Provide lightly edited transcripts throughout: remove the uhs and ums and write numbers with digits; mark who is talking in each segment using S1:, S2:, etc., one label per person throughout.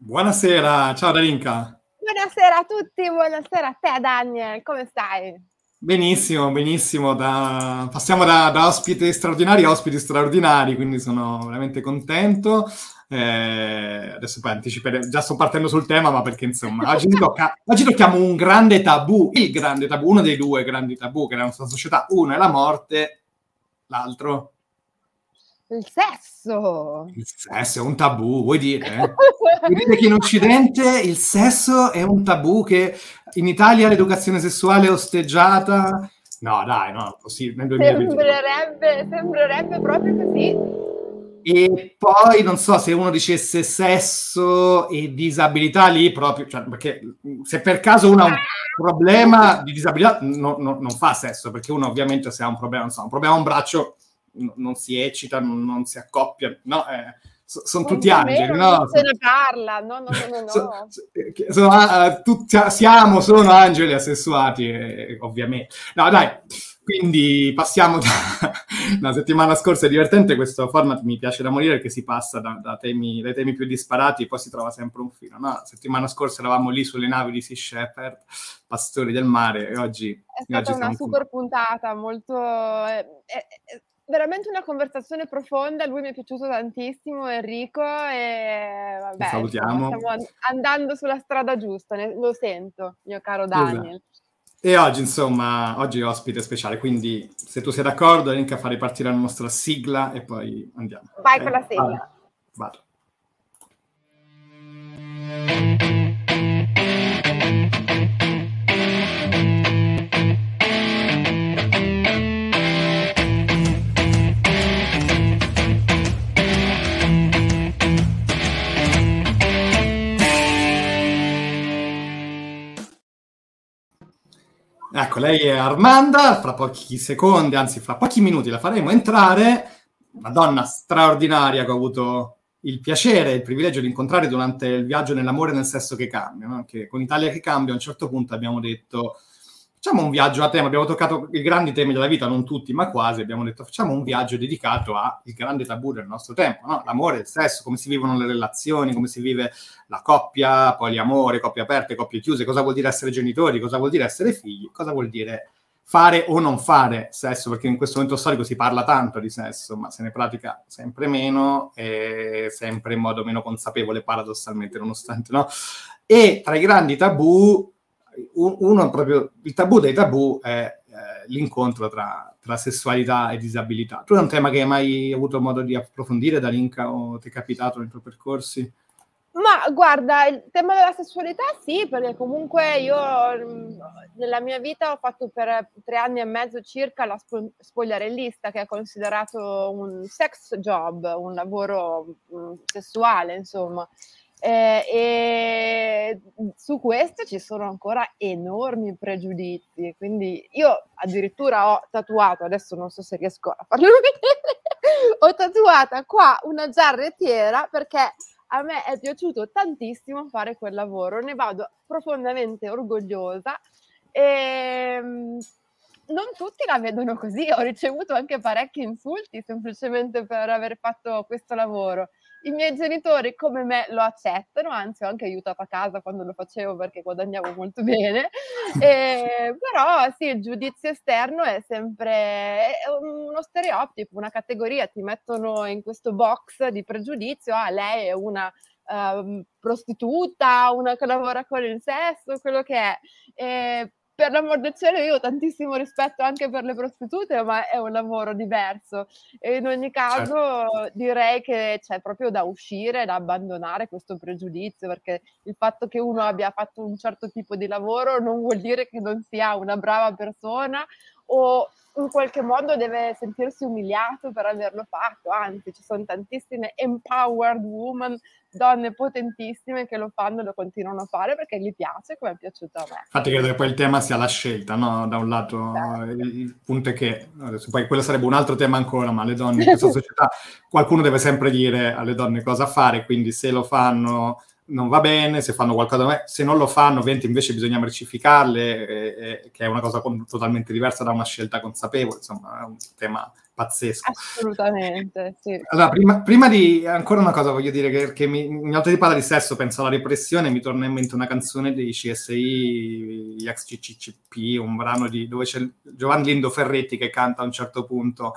S1: Buonasera, ciao Darinka.
S2: Buonasera a tutti, buonasera a te Daniel, come stai?
S1: Benissimo, benissimo. Passiamo da ospiti straordinari a ospiti straordinari, quindi sono veramente contento. Adesso poi anticiperemo, già sto partendo sul tema, ma perché insomma, oggi tocchiamo un grande tabù, il grande tabù, uno dei due grandi tabù che nella nostra società, uno è la morte, l'altro
S2: Il sesso!
S1: il sesso, è un tabù, vuoi dire? Vuol dire che in Occidente il sesso è un tabù, che in Italia l'educazione sessuale è osteggiata. No, dai, no, così nel 2022.
S2: Sembrerebbe proprio così.
S1: E poi non so se uno dicesse sesso e disabilità lì proprio, cioè, perché se per caso uno ha un problema di disabilità non fa sesso, perché uno ovviamente se ha un problema, non so, un problema a un braccio non si eccita, non si accoppia, no? Sono tutti angeli,
S2: Quantomeno
S1: no?
S2: non se ne parla, no.
S1: Sono angeli asessuati, ovviamente. No, dai, quindi passiamo la settimana scorsa è divertente, questo format mi piace da morire perché si passa dai temi più disparati e poi si trova sempre un filo. No? La settimana scorsa eravamo lì sulle navi di Sea Shepherd, pastori del mare, e oggi
S2: È stata una
S1: siamo qui.
S2: super puntata, molto... è veramente una conversazione profonda, lui mi è piaciuto tantissimo, Enrico, e
S1: Ti
S2: vabbè, insomma,
S1: salutiamo.
S2: stiamo andando sulla strada giusta, lo sento, mio caro Daniel.
S1: Esatto. E oggi, insomma, oggi è ospite speciale, quindi se tu sei d'accordo, Enrica, a fare partire la nostra sigla e poi andiamo.
S2: Vai
S1: Okay?
S2: con la sigla.
S1: Vado. Ecco, lei è Armanda, fra pochi secondi, anzi fra pochi minuti la faremo entrare, una donna straordinaria che ho avuto il piacere e il privilegio di incontrare durante il viaggio nell'amore e nel sesso che cambia, no? Che con Italia che cambia a un certo punto abbiamo detto facciamo un viaggio a tema, abbiamo toccato i grandi temi della vita, non tutti ma quasi, abbiamo detto facciamo un viaggio dedicato al grande tabù del nostro tempo, no? L'amore, il sesso, come si vivono le relazioni, come si vive la coppia, poliamore, coppie aperte, coppie chiuse, cosa vuol dire essere genitori, cosa vuol dire essere figli, cosa vuol dire fare o non fare sesso, perché in questo momento storico si parla tanto di sesso, ma se ne pratica sempre meno e sempre in modo meno consapevole, paradossalmente, nonostante, no? E tra i grandi tabù, uno proprio, il tabù dei tabù è l'incontro tra sessualità e disabilità. Tu è un tema che hai mai avuto modo di approfondire, Darinka, o ti è capitato nei tuoi percorsi?
S2: Ma guarda, il tema della sessualità sì, perché comunque io nella mia vita ho fatto per 3 anni e mezzo circa la spogliarellista, che è considerato un sex job, un lavoro sessuale, insomma. E su questo ci sono ancora enormi pregiudizi, quindi io addirittura ho tatuato, adesso non so se riesco a farlo vedere, ho tatuata qua una giarrettiera perché a me è piaciuto tantissimo fare quel lavoro, ne vado profondamente orgogliosa e non tutti la vedono così, ho ricevuto anche parecchi insulti semplicemente per aver fatto questo lavoro. I miei genitori come me lo accettano, anzi ho anche aiutato a casa quando lo facevo perché guadagnavo molto bene, però sì, il giudizio esterno è sempre uno stereotipo, una categoria, ti mettono in questo box di pregiudizio, lei è una prostituta, una che lavora con il sesso, quello che è. Per l'amor del cielo io ho tantissimo rispetto anche per le prostitute, ma è un lavoro diverso e in ogni caso direi che c'è proprio da uscire, da abbandonare questo pregiudizio, perché il fatto che uno abbia fatto un certo tipo di lavoro non vuol dire che non sia una brava persona o in qualche modo deve sentirsi umiliato per averlo fatto, anzi ci sono tantissime empowered woman, donne potentissime che lo fanno e lo continuano a fare perché gli piace come è piaciuto a me.
S1: Infatti credo che poi il tema sia la scelta, no? Da un lato il punto è che, adesso poi quello sarebbe un altro tema ancora, ma le donne in questa società, qualcuno deve sempre dire alle donne cosa fare, quindi se lo fanno non va bene, se fanno qualcosa, se non lo fanno, ovviamente invece bisogna mercificarle, che è una cosa totalmente diversa da una scelta consapevole, insomma, è un tema pazzesco.
S2: Assolutamente, sì.
S1: Allora, prima di ancora una cosa voglio dire che ogni volta si parla di sesso penso alla repressione, mi torna in mente una canzone dei CSI, gli ex CCCP, un brano dove c'è Giovanni Lindo Ferretti che canta a un certo punto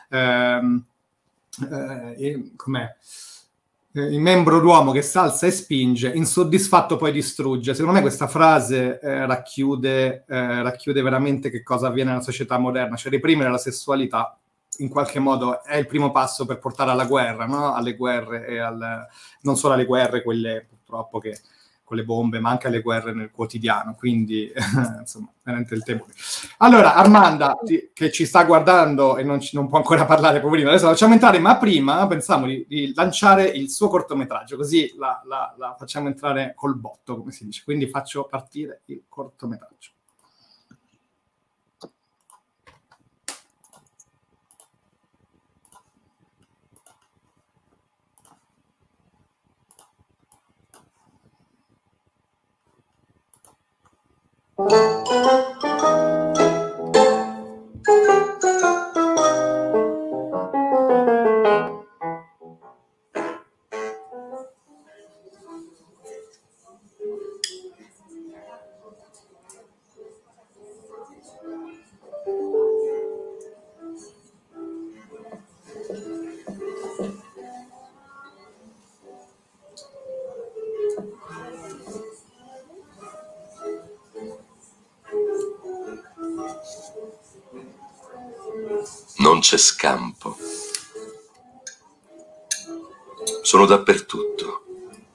S1: com'è? Il membro d'uomo che s'alza e spinge, insoddisfatto poi distrugge. Secondo me questa frase racchiude veramente che cosa avviene nella società moderna, cioè reprimere la sessualità in qualche modo è il primo passo per portare alla guerra, no? Alle guerre e non solo alle guerre, quelle purtroppo che con le bombe, ma anche alle guerre nel quotidiano. Quindi, insomma, veramente il tempo. Allora, Armanda, che ci sta guardando e non può ancora parlare, poverino, adesso la facciamo entrare, ma prima pensiamo di lanciare il suo cortometraggio, così la facciamo entrare col botto, come si dice. Quindi faccio partire il cortometraggio.
S3: Non c'è scampo. Sono dappertutto.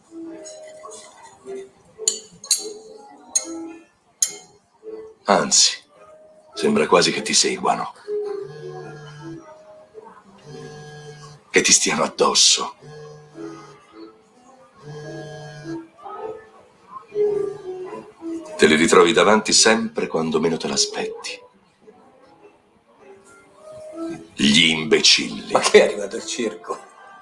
S3: Anzi, sembra quasi che ti seguano. Che ti stiano addosso. Te li ritrovi davanti sempre quando meno te l'aspetti. Gli imbecilli.
S4: Ma che è arrivato il circo?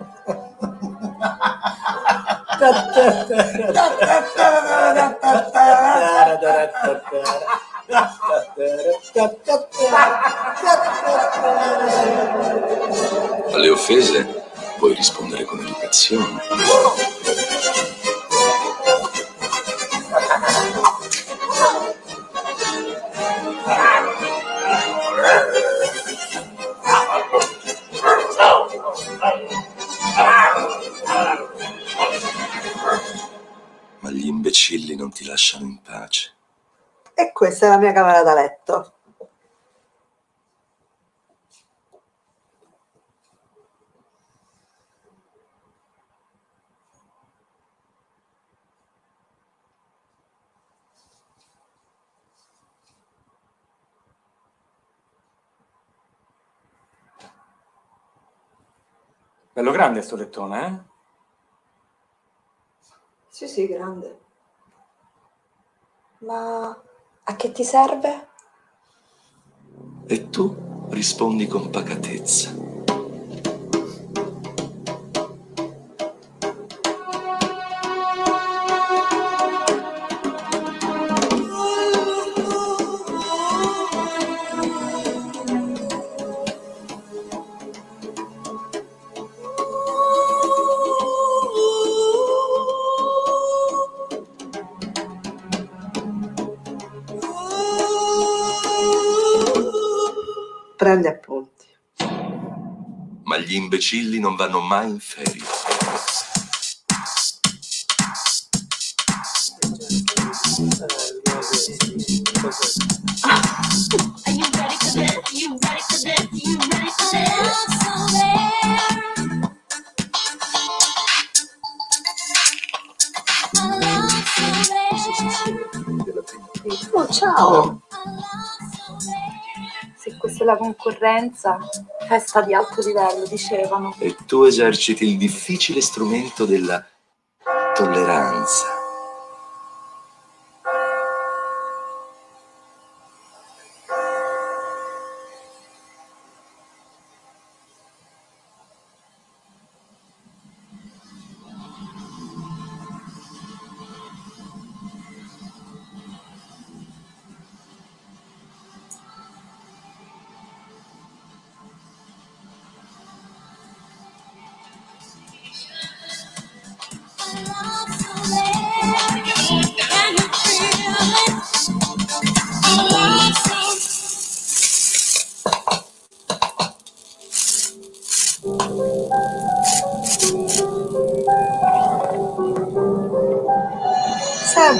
S3: Alle offese puoi rispondere con educazione. Ma gli imbecilli non ti lasciano in pace.
S5: E questa è la mia camera da letto.
S4: Bello grande sto lettone, eh?
S5: Sì, grande. Ma a che ti serve?
S3: E tu rispondi con pacatezza.
S5: Prendi appunti.
S3: Ma gli imbecilli non vanno mai in ferie.
S5: Oh, ciao!
S6: Se questa è la concorrenza, festa di alto livello, dicevano.
S3: E tu eserciti il difficile strumento della tolleranza.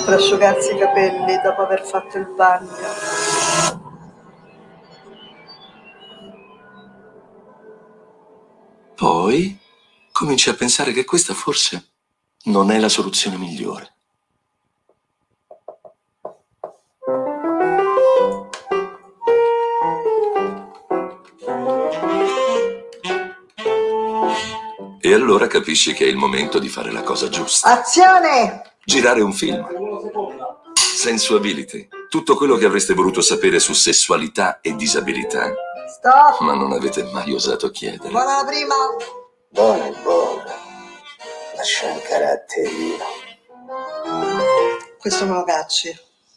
S7: per asciugarsi i capelli dopo aver fatto il bagno.
S3: Poi cominci a pensare che questa forse non è la soluzione migliore. E allora capisci che è il momento di fare la cosa giusta.
S7: Azione!
S3: Girare un film. Sensuability. Tutto quello che avreste voluto sapere su sessualità e disabilità,
S7: Stop!
S3: ma non avete mai osato chiedere.
S7: Buona la prima!
S3: Buona, buona. Lascia un caratterino.
S7: Questo me lo cacci.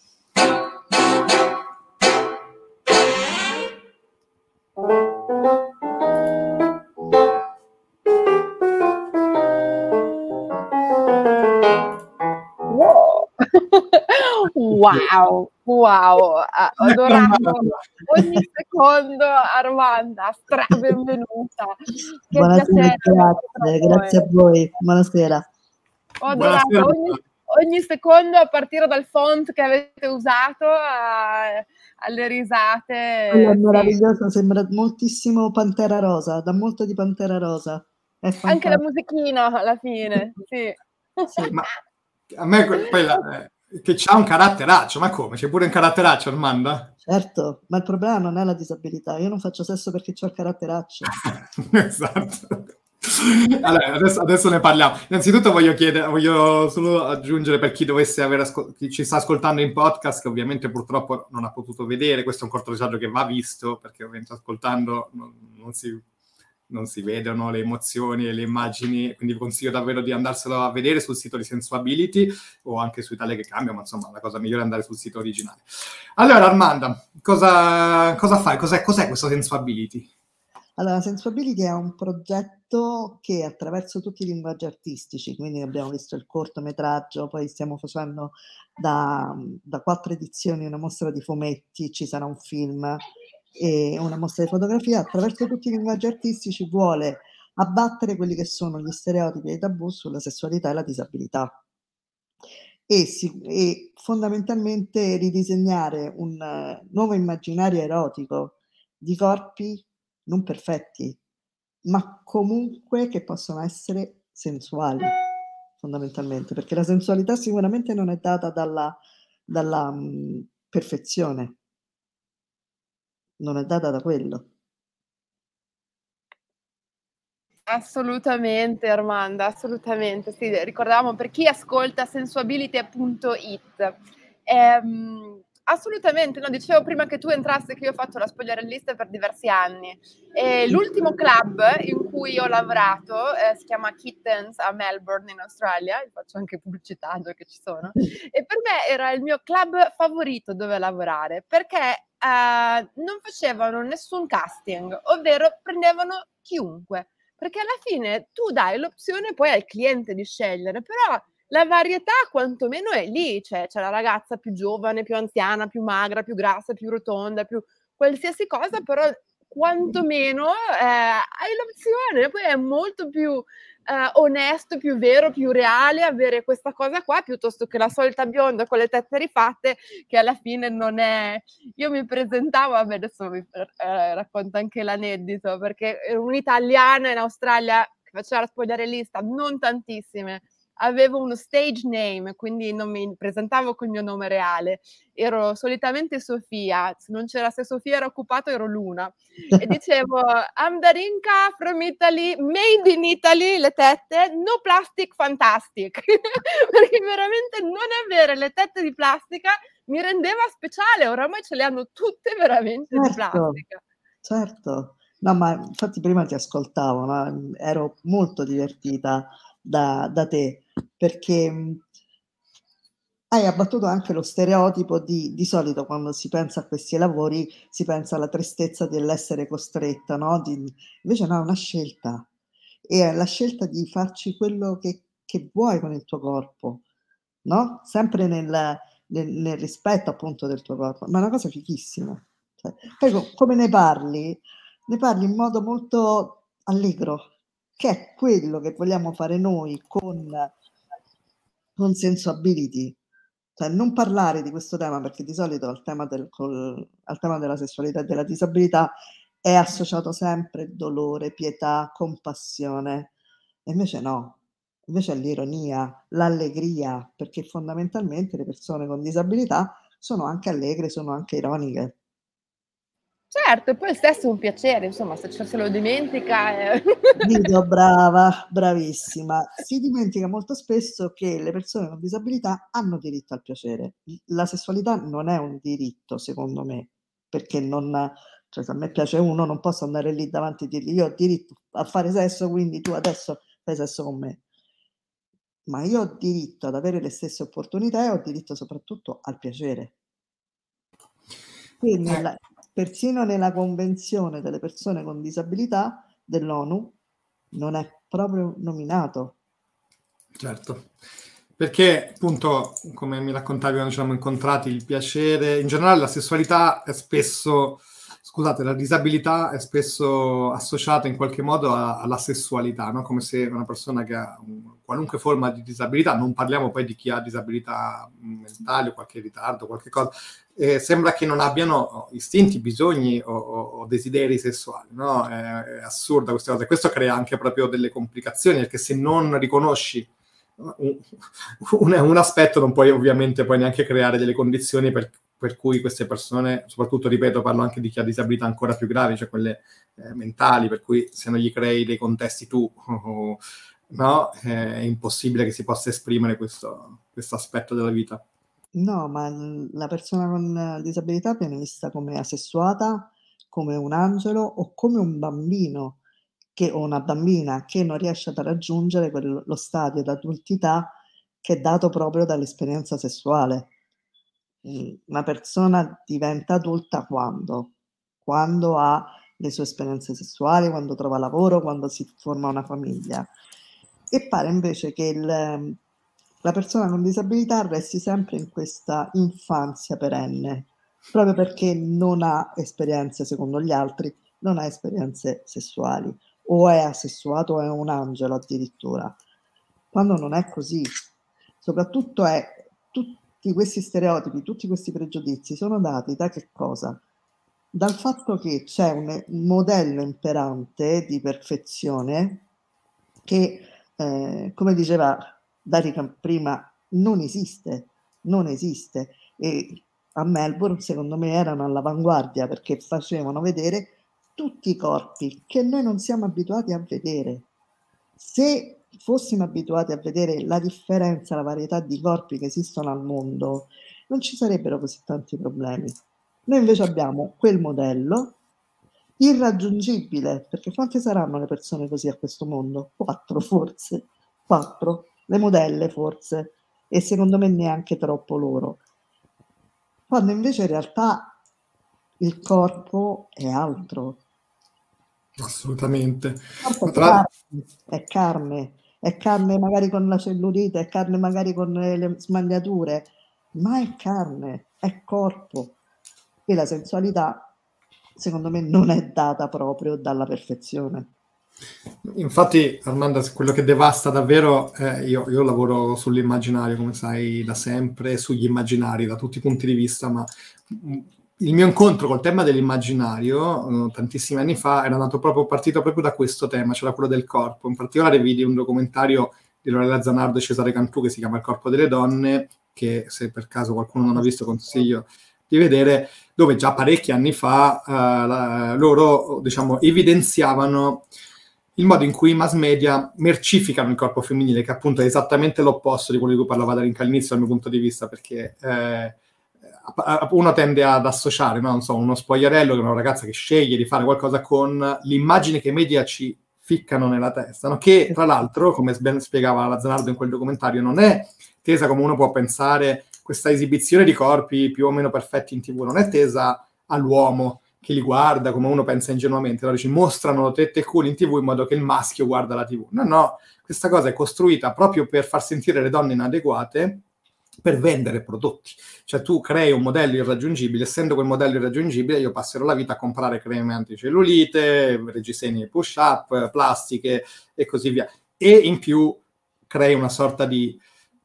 S2: Wow, ho adorato ogni secondo, Armanda, benvenuta. Che
S7: Buonasera,
S2: piacere.
S7: grazie a voi. Buonasera.
S2: Ho adorato ogni secondo, a partire dal font che avete usato alle risate.
S7: Quello è meraviglioso, sembra moltissimo Pantera Rosa, dà molto di Pantera Rosa. È
S2: anche la musichina alla fine, sì.
S7: Sì.
S1: Ma a me che c'ha un caratteraccio, ma come? C'è pure un caratteraccio, Armanda?
S7: Certo, ma il problema non è la disabilità, io non faccio sesso perché ho il caratteraccio.
S1: Esatto. Allora, adesso ne parliamo. Innanzitutto voglio solo aggiungere, per chi dovesse chi ci sta ascoltando in podcast, che ovviamente purtroppo non ha potuto vedere, questo è un cortometraggio che va visto, perché ovviamente ascoltando non si vedono le emozioni e le immagini, quindi vi consiglio davvero di andarselo a vedere sul sito di Sensuability o anche su Italia che cambia, ma insomma la cosa migliore è andare sul sito originale. Allora Armanda, cosa fai? Cos'è questo Sensuability?
S7: Allora, Sensuability è un progetto che attraverso tutti i linguaggi artistici, quindi abbiamo visto il cortometraggio, poi stiamo facendo da 4 edizioni una mostra di fumetti, ci sarà un film e una mostra di fotografia, attraverso tutti i linguaggi artistici vuole abbattere quelli che sono gli stereotipi e i tabù sulla sessualità e la disabilità e fondamentalmente ridisegnare un nuovo immaginario erotico di corpi non perfetti, ma comunque che possono essere sensuali, fondamentalmente, perché la sensualità sicuramente non è data dalla perfezione, non è data da quello.
S2: Assolutamente Armanda, assolutamente. Sì, ricordavamo per chi ascolta sensuability.it. Assolutamente, no, dicevo prima che tu entrassi che io ho fatto la spogliarellista per diversi anni. L'ultimo club in cui ho lavorato si chiama Kittens a Melbourne in Australia, faccio anche pubblicità già che ci sono, e per me era il mio club favorito dove lavorare perché non facevano nessun casting, ovvero prendevano chiunque. Perché alla fine tu dai l'opzione poi al cliente di scegliere, però la varietà quantomeno è lì, c'è la ragazza più giovane, più anziana, più magra, più grassa, più rotonda, più qualsiasi cosa, però quantomeno hai l'opzione, poi è molto più onesto, più vero, più reale avere questa cosa qua piuttosto che la solita bionda con le tette rifatte che alla fine non è. Io mi presentavo, vabbè adesso vi racconto anche l'aneddoto, perché ero un'italiana in Australia che faceva la spogliarellista, non tantissime, avevo uno stage name, quindi non mi presentavo col mio nome reale, ero solitamente Sofia, se Sofia era occupato ero Luna, e dicevo I'm Darinka from Italy, made in Italy, le tette, no plastic fantastic, perché veramente non avere le tette di plastica mi rendeva speciale, oramai ce le hanno tutte veramente di plastica.
S7: Certo, no, ma infatti prima ti ascoltavo, no? Ero molto divertita da te, perché hai abbattuto anche lo stereotipo di solito quando si pensa a questi lavori si pensa alla tristezza dell'essere costretta, no? Invece no, è una scelta, e è la scelta di farci quello che vuoi con il tuo corpo, no? Sempre nel rispetto appunto del tuo corpo, ma è una cosa fighissima. Cioè, poi come ne parli in modo molto allegro, che è quello che vogliamo fare noi con Sensuability. Cioè, non parlare di questo tema, perché di solito al tema della sessualità e della disabilità è associato sempre dolore, pietà, compassione. E invece no, invece è l'ironia, l'allegria, perché fondamentalmente le persone con disabilità sono anche allegre, sono anche ironiche.
S2: Certo, e poi il sesso è un piacere, insomma, se lo dimentica.
S7: Guido, brava, bravissima. Si dimentica molto spesso che le persone con disabilità hanno diritto al piacere. La sessualità non è un diritto, secondo me, perché cioè se a me piace uno non posso andare lì davanti e dirgli io ho diritto a fare sesso, quindi tu adesso fai sesso con me. Ma io ho diritto ad avere le stesse opportunità e ho diritto soprattutto al piacere. Quindi persino nella Convenzione delle persone con disabilità dell'ONU non è proprio nominato.
S1: Certo, perché appunto, come mi raccontavi quando ci siamo incontrati, il piacere, in generale la sessualità è spesso, scusate, la disabilità è spesso associata in qualche modo alla sessualità, no? Come se una persona che ha qualunque forma di disabilità, non parliamo poi di chi ha disabilità mentali o qualche ritardo, qualche cosa, sembra che non abbiano istinti, bisogni o desideri sessuali, no? È assurda questa cosa. Questo crea anche proprio delle complicazioni, perché se non riconosci un aspetto non puoi ovviamente poi neanche creare delle condizioni per cui queste persone, soprattutto, ripeto, parlo anche di chi ha disabilità ancora più gravi, cioè quelle mentali, per cui se non gli crei dei contesti tu, no, è impossibile che si possa esprimere questo aspetto della vita.
S7: No, ma la persona con disabilità viene vista come asessuata, come un angelo o come un bambino o una bambina che non riesce a raggiungere lo stadio d'adultità che è dato proprio dall'esperienza sessuale. Una persona diventa adulta quando? Quando ha le sue esperienze sessuali, quando trova lavoro, quando si forma una famiglia. E pare invece che la persona con disabilità resti sempre in questa infanzia perenne, proprio perché non ha esperienze, secondo gli altri, non ha esperienze sessuali, o è asessuato o è un angelo addirittura, quando non è così. Soprattutto tutti questi stereotipi, tutti questi pregiudizi sono dati da che cosa? Dal fatto che c'è un modello imperante di perfezione che, come diceva Darika prima, non esiste. E a Melbourne, secondo me, erano all'avanguardia perché facevano vedere tutti i corpi che noi non siamo abituati a vedere. Se fossimo abituati a vedere la differenza, la varietà di corpi che esistono al mondo, non ci sarebbero così tanti problemi. Noi invece abbiamo quel modello irraggiungibile, perché quante saranno le persone così a questo mondo? 4 forse, 4, le modelle forse, e secondo me neanche troppo loro. Quando invece in realtà il corpo è altro.
S1: Assolutamente.
S7: È carne magari con la cellulite, è carne magari con le smagliature, ma è carne, è corpo. E la sensualità, secondo me, non è data proprio dalla perfezione.
S1: Infatti, Armanda, quello che devasta davvero, io lavoro sull'immaginario, come sai, da sempre, sugli immaginari, da tutti i punti di vista, ma il mio incontro col tema dell'immaginario, tantissimi anni fa, era partito proprio da questo tema, cioè da quello del corpo. In particolare vidi un documentario di Lorella Zanardo e Cesare Cantù che si chiama Il corpo delle donne, che se per caso qualcuno non ha visto consiglio di vedere, dove già parecchi anni fa loro, diciamo, evidenziavano il modo in cui i mass media mercificano il corpo femminile, che appunto è esattamente l'opposto di quello di cui parlava Darinka all'inizio dal mio punto di vista, perché uno tende ad associare, no? Non so, uno spogliarello, che è una ragazza che sceglie di fare qualcosa con l'immagine che i media ci ficcano nella testa, no? Che tra l'altro, come ben spiegava la Zanardo in quel documentario, non è tesa come uno può pensare, questa esibizione di corpi più o meno perfetti in TV, non è tesa all'uomo che li guarda come uno pensa ingenuamente, allora ci mostrano tette e culi in TV in modo che il maschio guarda la TV. No, questa cosa è costruita proprio per far sentire le donne inadeguate, per vendere prodotti. Cioè tu crei un modello irraggiungibile, essendo quel modello irraggiungibile io passerò la vita a comprare creme anticellulite, reggiseni push-up, plastiche e così via. E in più crei una sorta di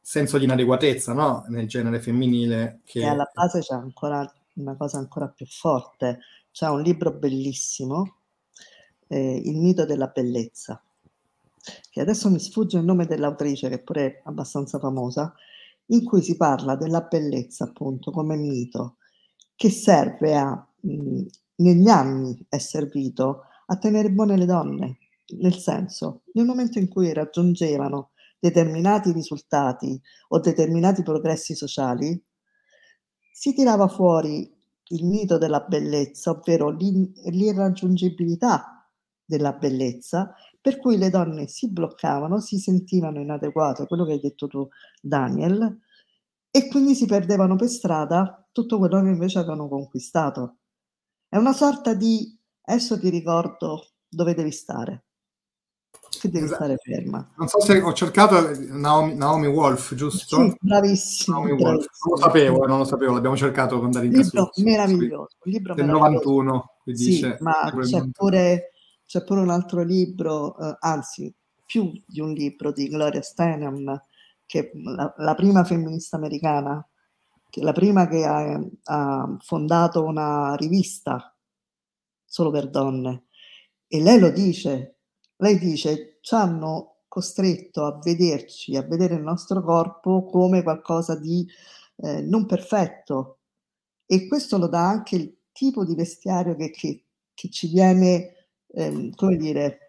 S1: senso di inadeguatezza, no? Nel genere femminile.
S7: E alla base c'è ancora una cosa ancora più forte. C'è un libro bellissimo, Il mito della bellezza, che adesso mi sfugge il nome dell'autrice, che pure è abbastanza famosa, in cui si parla della bellezza appunto come mito, che serve negli anni è servito a tenere buone le donne, nel senso, nel momento in cui raggiungevano determinati risultati o determinati progressi sociali, si tirava fuori il mito della bellezza, ovvero l'irraggiungibilità della bellezza, per cui le donne si bloccavano, si sentivano inadeguate, quello che hai detto tu, Daniel, e quindi si perdevano per strada tutto quello che invece avevano conquistato. È una sorta di adesso ti ricordo dove devi stare, che devi stare ferma.
S1: Non so se ho cercato Naomi Wolf, giusto?
S7: Sì, bravissimo.
S1: Naomi Wolf. Non lo sapevo, l'abbiamo cercato con Darinka
S7: Libro meraviglioso, un libro
S1: del
S7: meraviglioso.
S1: 91, qui
S7: Sì,
S1: dice,
S7: ma c'è pure un altro libro, anzi più di un libro di Gloria Steinem, che la prima femminista americana, che la prima che ha fondato una rivista solo per donne, e lei lo dice, ci hanno costretto a vederci, a vedere il nostro corpo come qualcosa di non perfetto, e questo lo dà anche il tipo di vestiario che ci viene, come dire,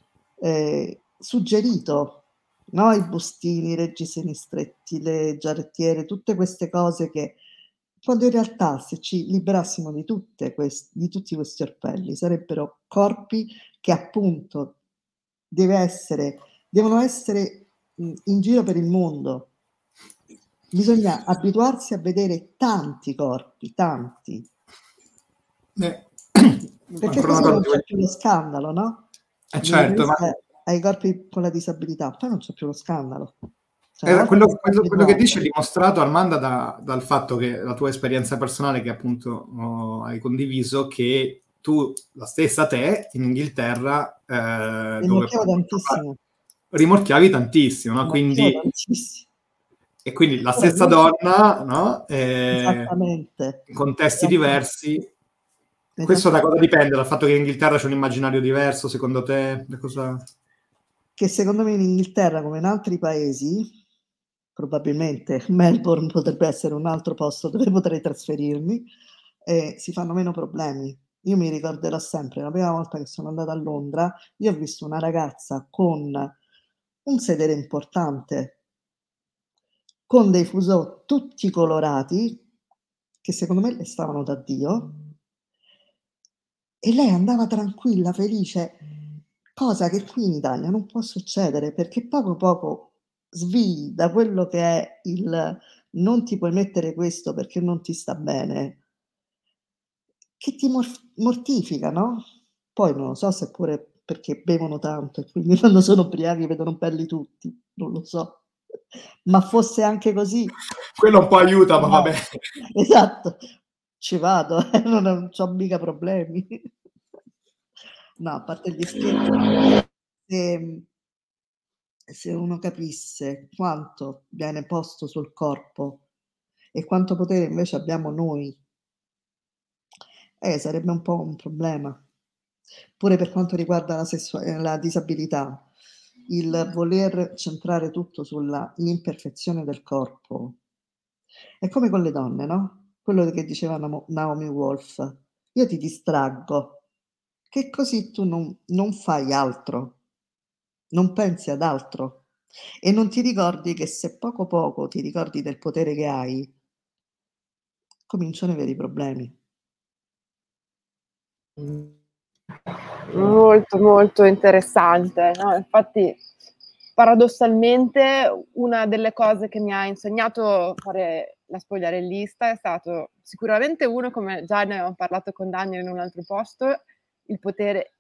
S7: suggerito, no? I bustini, i reggiseni stretti, le giarrettiere, tutte queste cose che, quando in realtà se ci liberassimo di tutti questi orpelli, sarebbero corpi che appunto devono essere in giro per il mondo. Bisogna abituarsi a vedere tanti corpi, tanti. Perché così non c'è più lo scandalo, no?
S1: Certo, ma
S7: ai corpi con la disabilità, poi non c'è più lo scandalo.
S1: quello che dice è dimostrato, Armanda, dal fatto che la tua esperienza personale, che appunto hai condiviso, che tu, la stessa te, in Inghilterra, rimorchiavi tantissimo, no? Quindi, e quindi la stessa donna, no?
S7: Esattamente.
S1: In contesti diversi. Questo da cosa dipende? Dal fatto che in Inghilterra c'è un immaginario diverso, secondo te?
S7: Che secondo me in Inghilterra, come in altri paesi, probabilmente Melbourne potrebbe essere un altro posto dove potrei trasferirmi, si fanno meno problemi. Io mi ricorderò sempre, la prima volta che sono andata a Londra, io ho visto una ragazza con un sedere importante, con dei fuseau tutti colorati, che secondo me le stavano da Dio, e lei andava tranquilla, felice, cosa che qui in Italia non può succedere, perché poco poco svii da quello che è il non ti puoi mettere questo perché non ti sta bene, che ti mortifica, no? Poi non lo so se pure perché bevono tanto e quindi quando sono ubriachi vedono belli tutti, non lo so. Ma fosse anche così.
S1: Quello un po' aiuta, ma vabbè.
S7: Esatto, ci vado, non c'ho mica problemi. No, a parte gli scherzi, se uno capisse quanto viene posto sul corpo e quanto potere invece abbiamo noi, sarebbe un po' un problema. Pure per quanto riguarda la disabilità, il voler centrare tutto sulla imperfezione del corpo è come con le donne, no? Quello che diceva Naomi Wolf: io ti distraggo, che così tu non fai altro, non pensi ad altro e non ti ricordi che se poco poco ti ricordi del potere che hai, cominciano i veri problemi.
S2: Molto, molto interessante, no? Infatti, paradossalmente, una delle cose che mi ha insegnato a fare la spogliarellista è stato sicuramente uno, come già ne ho parlato con Daniel in un altro posto, il potere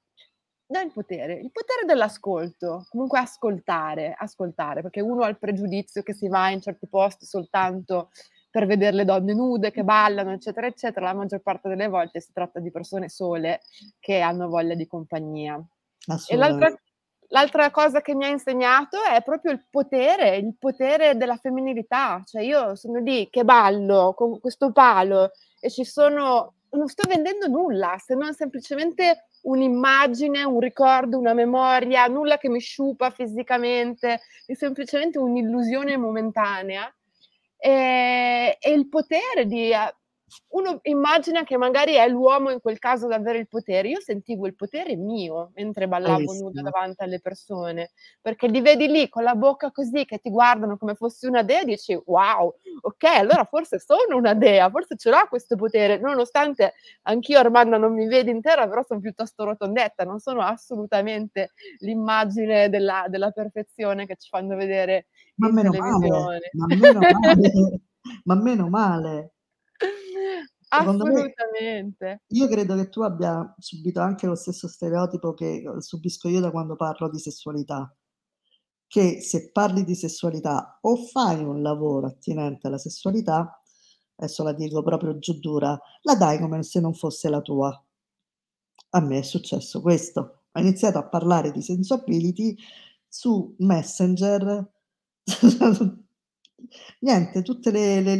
S2: dell'ascolto, comunque ascoltare, perché uno ha il pregiudizio che si va in certi posti soltanto per vedere le donne nude che ballano, eccetera, eccetera. La maggior parte delle volte si tratta di persone sole che hanno voglia di compagnia. E l'altra cosa che mi ha insegnato è proprio il potere della femminilità. Cioè io sono lì che ballo con questo palo e non sto vendendo nulla, se non semplicemente un'immagine, un ricordo, una memoria, nulla che mi sciupa fisicamente, è semplicemente un'illusione momentanea. E il potere di uno immagina che magari è l'uomo in quel caso ad avere il potere. Io sentivo il potere mio mentre ballavo nuda
S7: Bravissima.
S2: davanti alle persone, perché li vedi lì con la bocca così che ti guardano come fossi una dea e dici: "Wow, okay, allora forse sono una dea, forse ce l'ho questo potere", nonostante anch'io, Armanda, non mi vedi intera, però son piuttosto rotondetta, non sono assolutamente l'immagine della perfezione che ci fanno vedere
S7: Ma
S2: in
S7: meno male,
S2: televisione.
S7: ma meno male, ma meno male. Secondo me
S2: Assolutamente.
S7: io credo che tu abbia subito anche lo stesso stereotipo che, subisco io da quando parlo di sessualità, che se parli di sessualità o fai un lavoro attinente alla sessualità, adesso la dico proprio giù dura, la dai come se non fosse la tua. A me è successo questo. Ho iniziato a parlare di sensuability su Messenger. Niente, tutte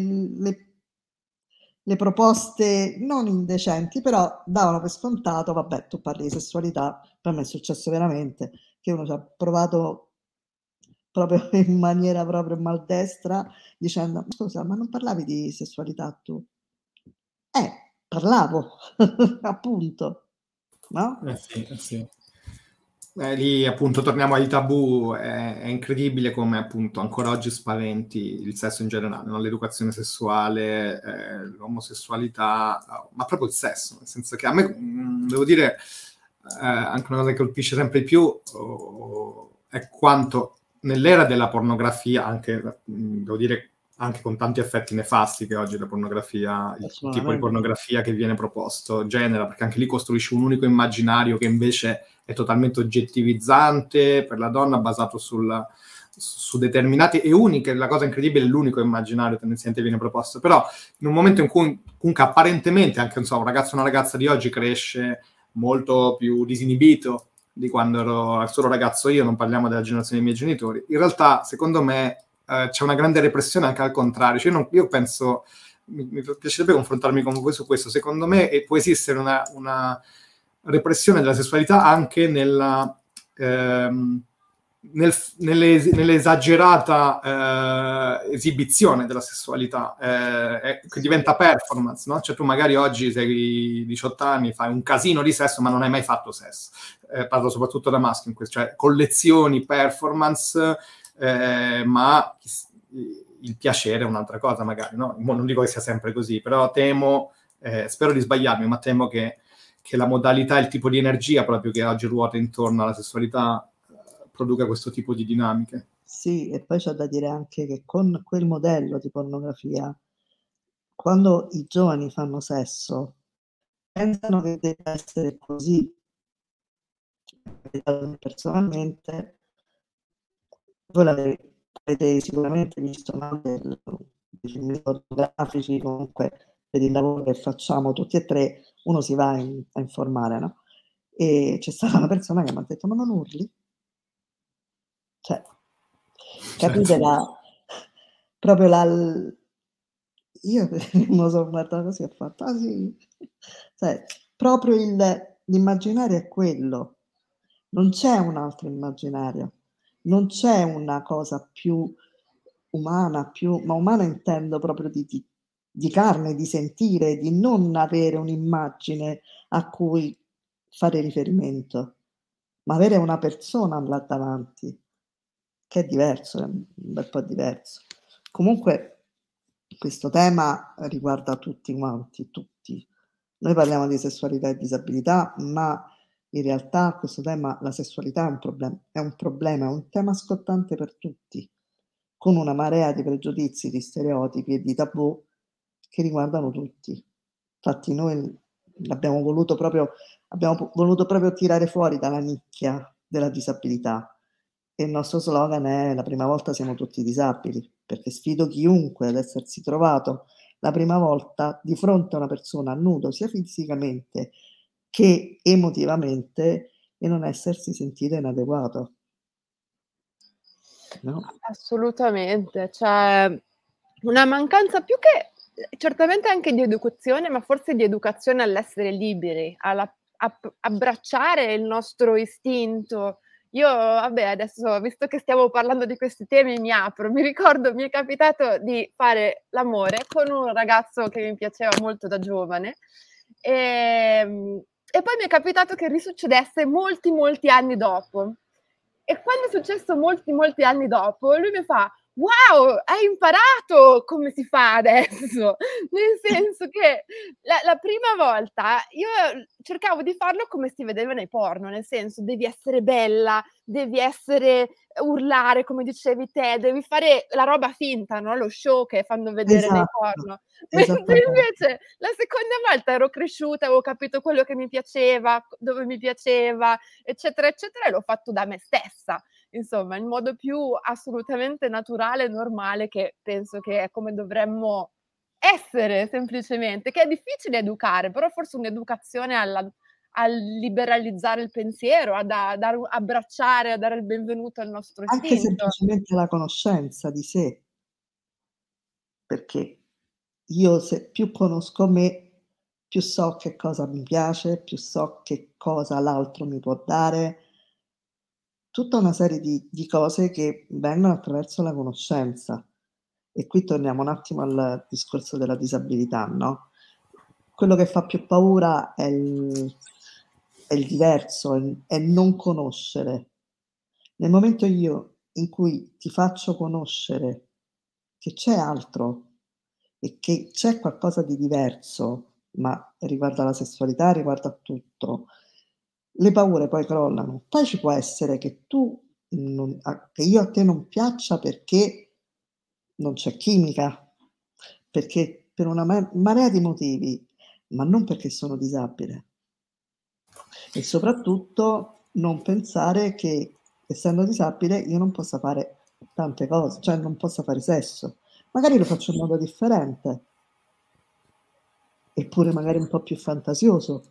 S7: le proposte non indecenti, però davano per scontato, vabbè, tu parli di sessualità, per me è successo veramente che uno ci ha provato proprio in maniera proprio maldestra dicendo: "Scusa, ma non parlavi di sessualità tu?" Parlavo, appunto, no?
S1: Sì, sì. Lì appunto torniamo ai tabù, è incredibile come appunto ancora oggi spaventi il sesso in generale, no? L'educazione sessuale, l'omosessualità, ma proprio il sesso, nel senso che a me, devo dire, anche una cosa che colpisce sempre di più è quanto nell'era della pornografia, anche, devo dire, anche con tanti effetti nefasti che oggi la pornografia, il tipo di
S7: Assolutamente.
S1: pornografia che viene proposto genera, perché anche lì costruisce un unico immaginario che invece è totalmente oggettivizzante per la donna, basato su determinati e uniche, la cosa incredibile è l'unico immaginario tendenzialmente viene proposto, però in un momento in cui comunque apparentemente anche un ragazzo o una ragazza di oggi cresce molto più disinibito di quando ero solo ragazzo io, non parliamo della generazione dei miei genitori, in realtà secondo me c'è una grande repressione anche al contrario, cioè io penso, mi piacerebbe confrontarmi con voi su questo, secondo me può esistere una repressione della sessualità anche nell'esagerata esibizione della sessualità, che diventa performance, no? Cioè tu magari oggi sei 18 anni, fai un casino di sesso ma non hai mai fatto sesso, parlo soprattutto da maschio in questo, cioè collezioni, performance, ma il piacere è un'altra cosa magari, no? Non dico che sia sempre così, però temo, spero di sbagliarmi, ma temo che la modalità, il tipo di energia proprio che oggi ruota intorno alla sessualità produca questo tipo di dinamiche.
S7: Sì, e poi c'è da dire anche che con quel modello di pornografia, quando i giovani fanno sesso, pensano che debba essere così. Personalmente, voi avete sicuramente visto, no, dei film pornografici, comunque per il lavoro che facciamo tutti e 3, uno si va a informare, no, e c'è stata una persona che m'ha detto: "Ma non urli?" Cioè, capite
S1: Certo.
S7: proprio io uno sono guardata così, ho fatto: "Ah sì?" Cioè, proprio l'immaginario è quello, non c'è un altro immaginario, non c'è una cosa più umana, ma umana intendo proprio di carne, di sentire, di non avere un'immagine a cui fare riferimento, ma avere una persona là davanti, che è diverso, è un bel po' diverso. Comunque questo tema riguarda tutti quanti, tutti. Noi parliamo di sessualità e disabilità, ma in realtà questo tema, la sessualità è un problema, è un tema scottante per tutti, con una marea di pregiudizi, di stereotipi e di tabù che riguardano tutti. Infatti noi abbiamo voluto proprio tirare fuori dalla nicchia della disabilità e il nostro slogan è: "La prima volta siamo tutti disabili", perché sfido chiunque ad essersi trovato la prima volta di fronte a una persona nudo sia fisicamente che emotivamente e non essersi sentito inadeguato. no?
S2: Assolutamente, c'è una mancanza più che certamente anche di educazione, ma forse di educazione all'essere liberi, abbracciare il nostro istinto. Io vabbè, adesso visto che stiamo parlando di questi temi mi apro. Mi ricordo mi è capitato di fare l'amore con un ragazzo che mi piaceva molto da giovane, e poi mi è capitato che risuccedesse molti, molti anni dopo. E quando è successo molti, molti anni dopo, lui mi fa: "Wow, hai imparato come si fa adesso!" Nel senso che la prima volta io cercavo di farlo come si vedeva nei porno, nel senso: devi essere bella, devi essere urlare come dicevi te, devi fare la roba finta, no, lo show che fanno vedere nei
S7: Esatto,
S2: porno. Mentre
S7: esattamente.
S2: invece la seconda volta ero cresciuta, avevo capito quello che mi piaceva, c dove mi piaceva, eccetera, eccetera, e l'ho fatto da me stessa. Insomma, in modo più assolutamente naturale e normale, che penso che è come dovremmo essere semplicemente, che è difficile educare, però forse un'educazione al liberalizzare il pensiero, a dare u abbracciare, a dare il benvenuto al nostro
S7: Anche
S2: istinto.
S7: semplicemente la conoscenza di sé, perché io se più conosco me, più so che cosa mi piace, più so che cosa l'altro mi può dare, tutta una serie di cose che vengono attraverso la conoscenza. E qui torniamo un attimo al discorso della disabilità, no, quello che fa più paura è il diverso, è non conoscere. Nel momento in cui ti faccio conoscere che c'è altro e che c'è qualcosa di diverso, ma riguardo alla sessualità, riguardo a tutto, le paure poi crollano. Poi ci può essere che che io a te non piaccia perché non c'è chimica, perché per una marea di motivi, ma non perché sono disabile. E soprattutto non pensare che, essendo disabile, io non possa fare tante cose, cioè non possa fare sesso. Magari lo faccio in modo differente, eppure magari un po' più fantasioso,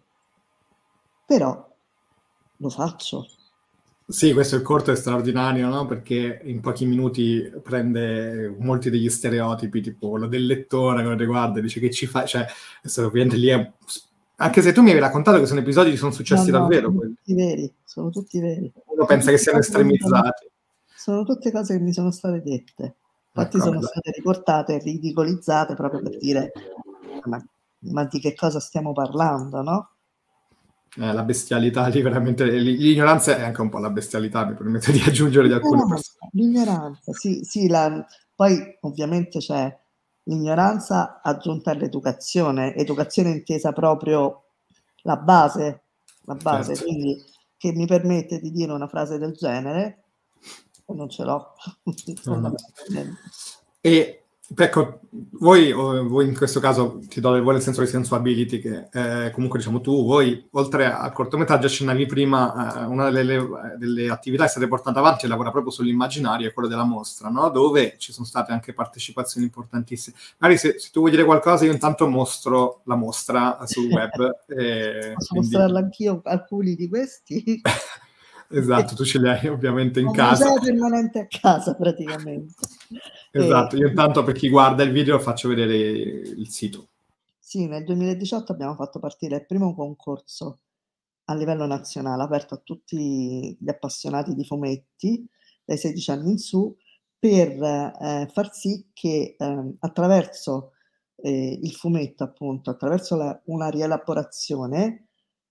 S7: però lo faccio.
S1: Sì, questo il corto è straordinario, no? Perché in pochi minuti prende molti degli stereotipi, tipo quello del lettore che lo riguarda e dice che ci fa, cioè, adesso ovviamente lì è, anche se tu mi avevi raccontato che sono episodi che sono
S7: No,
S1: successi
S7: no,
S1: davvero, quelli.
S7: sono tutti veri.
S1: Uno
S7: Son
S1: pensa che
S7: tutte
S1: siano
S7: cose che mi sono
S1: estremizzati.
S7: sono tutte cose che mi sono state dette. Infatti
S1: Ecco, vabbè,
S7: sono
S1: dai.
S7: state riportate e ridicolizzate proprio per dire: "Ma ma di che cosa stiamo parlando", no?
S1: La bestialità lì veramente, l'ignoranza è anche un po' la bestialità, mi permetto di aggiungere di alcune persone.
S7: L'ignoranza, sì, sì, poi ovviamente c'è l'ignoranza aggiunta all'educazione, educazione intesa proprio la base,
S1: Certo.
S7: quindi che mi permette di dire una frase del genere e non ce l'ho
S1: No, no.
S7: fondamentalmente.
S1: E ecco, voi in questo caso ti do del voi nel senso di Sensuality, che comunque diciamo voi, oltre al cortometraggio accennavi prima, una delle attività che state portando avanti e lavora proprio sull'immaginario, è quello della mostra, no? Dove ci sono state anche partecipazioni importantissime. Magari se tu vuoi dire qualcosa, io intanto mostro la mostra sul web.
S7: Posso
S1: Quindi
S7: mostrarla anch'io alcuni di questi?
S1: esatto, tu ce li hai ovviamente in
S7: Ho un
S1: casa.
S7: museo permanente a casa praticamente.
S1: Esatto, io intanto per chi guarda il video faccio vedere il sito.
S7: Sì, nel 2018 abbiamo fatto partire il primo concorso a livello nazionale, aperto a tutti gli appassionati di fumetti dai 16 anni in su, per, far sì che, attraverso, il fumetto appunto, attraverso una rielaborazione,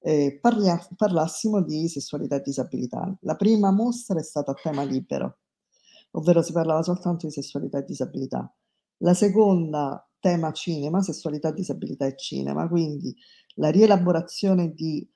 S7: parlassimo di sessualità e disabilità. La prima mostra è stata a tema libero, ovvero si parlava soltanto di sessualità e disabilità. La seconda tema cinema, sessualità, disabilità e cinema, quindi la rielaborazione di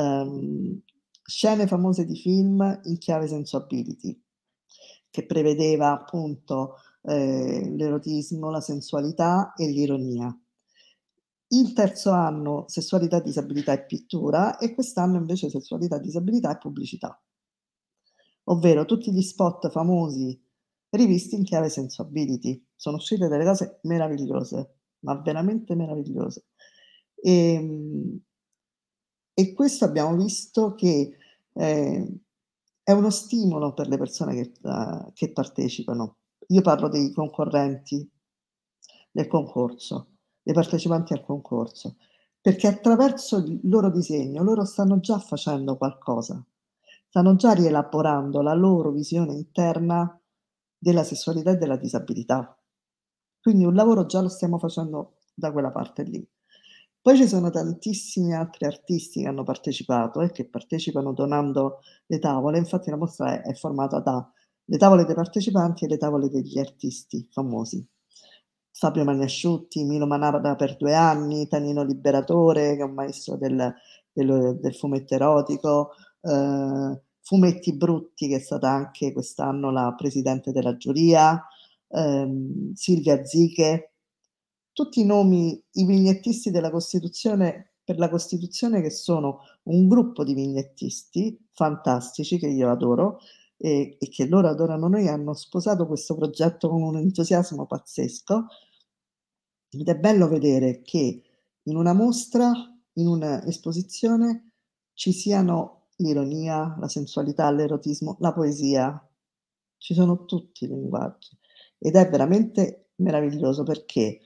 S7: scene famose di film in chiave sensuability, che prevedeva appunto l'erotismo, la sensualità e l'ironia. Il terzo anno sessualità, disabilità e pittura e quest'anno invece sessualità, disabilità e pubblicità, ovvero tutti gli spot famosi rivisti in chiave sensuability. Sono uscite delle cose meravigliose, ma veramente meravigliose. Ehm, e questo abbiamo visto che, ehm, è uno stimolo per le persone che partecipano. Io parlo dei concorrenti del concorso, dei partecipanti al concorso, perché attraverso il loro disegno loro stanno già facendo qualcosa, stanno già rielaborando la loro visione interna della sessualità e della disabilità. Quindi un lavoro già lo stiamo facendo da quella parte lì. Poi ci sono tantissimi altri artisti che hanno partecipato e che partecipano donando le tavole. Infatti la mostra è formata da le tavole dei partecipanti e le tavole degli artisti famosi. Fabio Magnasciutti, Milo Manara per 2 anni, Tanino Liberatore, che è un maestro del fumetto erotico, Fumetti Brutti, che è stata anche quest'anno la presidente della giuria, Silvia Ziche, tutti i nomi, i vignettisti della Costituzione per la Costituzione, che sono un gruppo di vignettisti fantastici che io adoro e che loro adorano noi, hanno sposato questo progetto con un entusiasmo pazzesco. Ed è bello vedere che in una mostra, in un'esposizione, ci siano l'ironia, la sensualità, l'erotismo, la poesia. Ci sono tutti i linguaggi ed è veramente meraviglioso perché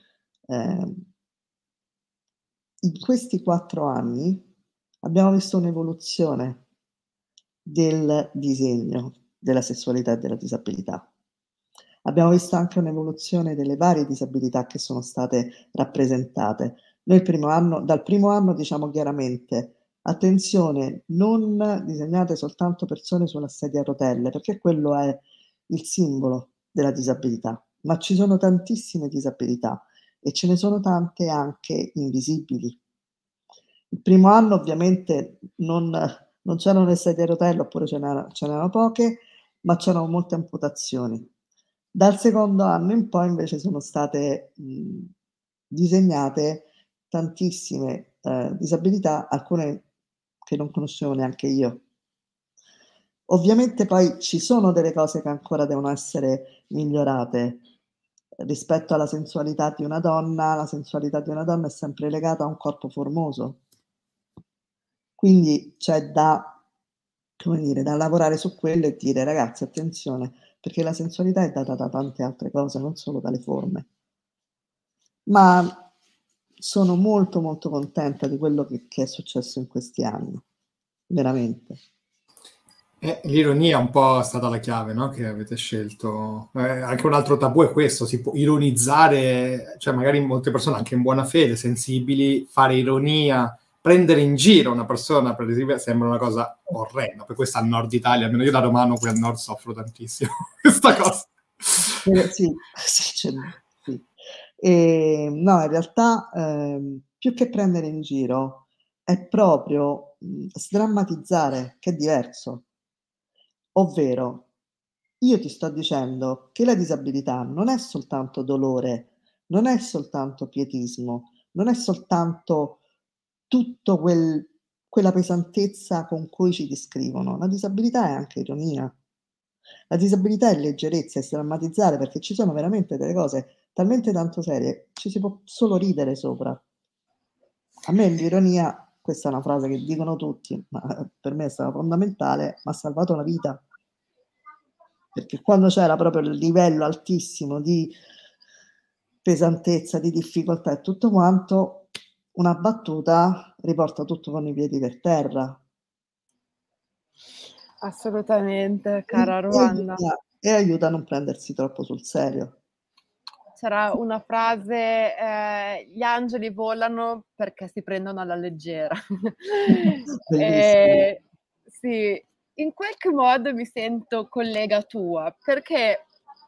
S7: in questi 4 anni abbiamo visto un'evoluzione del disegno della sessualità e della disabilità. Abbiamo visto anche un'evoluzione delle varie disabilità che sono state rappresentate. Noi dal primo anno diciamo chiaramente: attenzione, non disegnate soltanto persone sulla sedia a rotelle, perché quello è il simbolo della disabilità, ma ci sono tantissime disabilità e ce ne sono tante anche invisibili. Il primo anno ovviamente non c'erano le sedie a rotelle, oppure ce n'erano poche, ma c'erano molte amputazioni. Dal secondo anno in poi invece sono state disegnate tantissime disabilità, alcune che non conoscevo neanche io. Ovviamente poi ci sono delle cose che ancora devono essere migliorate. Rispetto alla sensualità di una donna, la sensualità di una donna è sempre legata a un corpo formoso. Quindi c'è come dire, da lavorare su quello e dire: "Ragazzi attenzione, perché la sensualità è data da tante altre cose, non solo dalle forme". Ma sono molto, molto contenta di quello che è successo in questi anni, veramente.
S1: L'ironia è un po' stata la chiave, no? Che avete scelto. Anche un altro tabù è questo: si può ironizzare, cioè magari molte persone anche in buona fede, sensibili, fare ironia, prendere in giro una persona per esempio, sembra una cosa orrenda. Per questo al nord Italia, almeno io da romano qui al nord soffro tantissimo questa cosa.
S7: Sì, sì. No, in realtà più che prendere in giro è proprio sdrammatizzare, che è diverso. Ovvero, io ti sto dicendo che la disabilità non è soltanto dolore, non è soltanto pietismo, non è soltanto tutto quella pesantezza con cui ci descrivono. La disabilità è anche ironia. La disabilità è leggerezza, è sdrammatizzare, perché ci sono veramente delle cose talmente tanto serie, ci si può solo ridere sopra. A me l'ironia, questa è una frase che dicono tutti, ma per me è stata fondamentale, m'ha salvato la vita. Perché quando c'era proprio il livello altissimo di pesantezza, di difficoltà e tutto quanto, una battuta riporta tutto con i piedi per terra.
S2: Assolutamente, cara Ruanda.
S7: E aiuta a non prendersi troppo sul serio.
S2: C'era una frase, gli angeli volano perché si prendono alla leggera.
S7: Bellissimo.
S2: Sì, in qualche modo mi sento collega tua, perché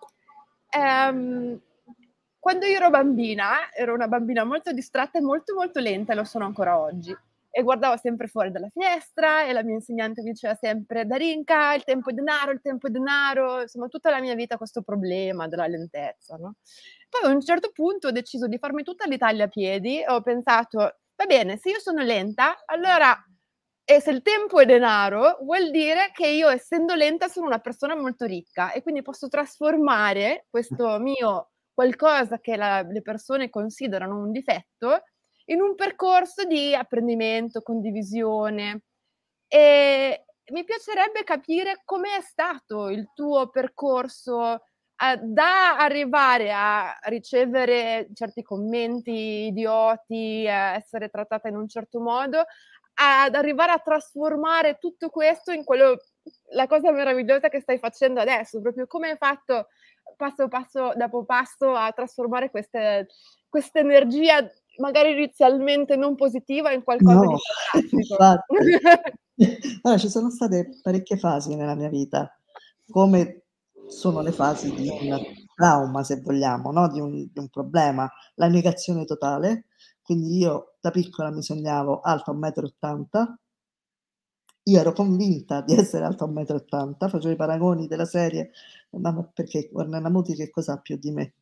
S2: quando io ero una bambina molto distratta e molto, molto lenta, e lo sono ancora oggi. E guardavo sempre fuori dalla finestra e la mia insegnante mi diceva sempre: "Darinka, il tempo è denaro, il tempo è denaro", insomma tutta la mia vita questo problema della lentezza, no. Poi a un certo punto ho deciso di farmi tutta l'Italia a piedi e ho pensato: "Va bene, se io sono lenta, allora e se il tempo è denaro, vuol dire che io essendo lenta sono una persona molto ricca e quindi posso trasformare questo mio qualcosa che le persone considerano un difetto, in un percorso di apprendimento, condivisione". mi piacerebbe capire come è stato il tuo percorso da arrivare a ricevere certi commenti idioti, a essere trattata in un certo modo, ad arrivare a trasformare tutto questo in quello la cosa meravigliosa che stai facendo adesso, proprio come hai fatto passo passo dopo passo a trasformare questa energia magari inizialmente non positiva in qualcosa
S7: No,
S2: di fantastico.
S7: infatti. Allora, ci sono state parecchie fasi nella mia vita, come sono le fasi di un trauma, se vogliamo, no, di un problema. La negazione totale, quindi io da piccola mi sognavo alta 1,80 m, io ero convinta di essere alta 1,80 m, facevo i paragoni della serie: "Mamma perché Ornella Muti che cos'ha più di me?"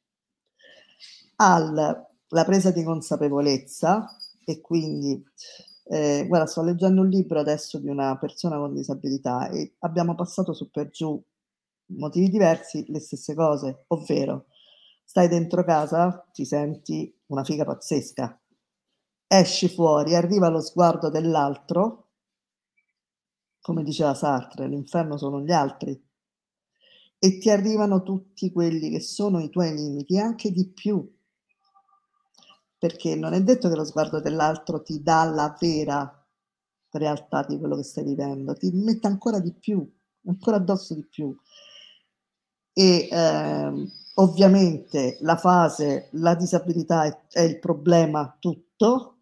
S7: La presa di consapevolezza e quindi, guarda, sto leggendo un libro adesso di una persona con disabilità e abbiamo passato su per giù, motivi diversi, le stesse cose, ovvero stai dentro casa, ti senti una figa pazzesca, esci fuori, arriva lo sguardo dell'altro, come diceva Sartre, l'inferno sono gli altri, e ti arrivano tutti quelli che sono i tuoi limiti e anche di più. Perché non è detto che lo sguardo dell'altro ti dà la vera realtà di quello che stai vivendo, ti mette ancora di più, ancora addosso di più. E ovviamente la disabilità è il problema tutto,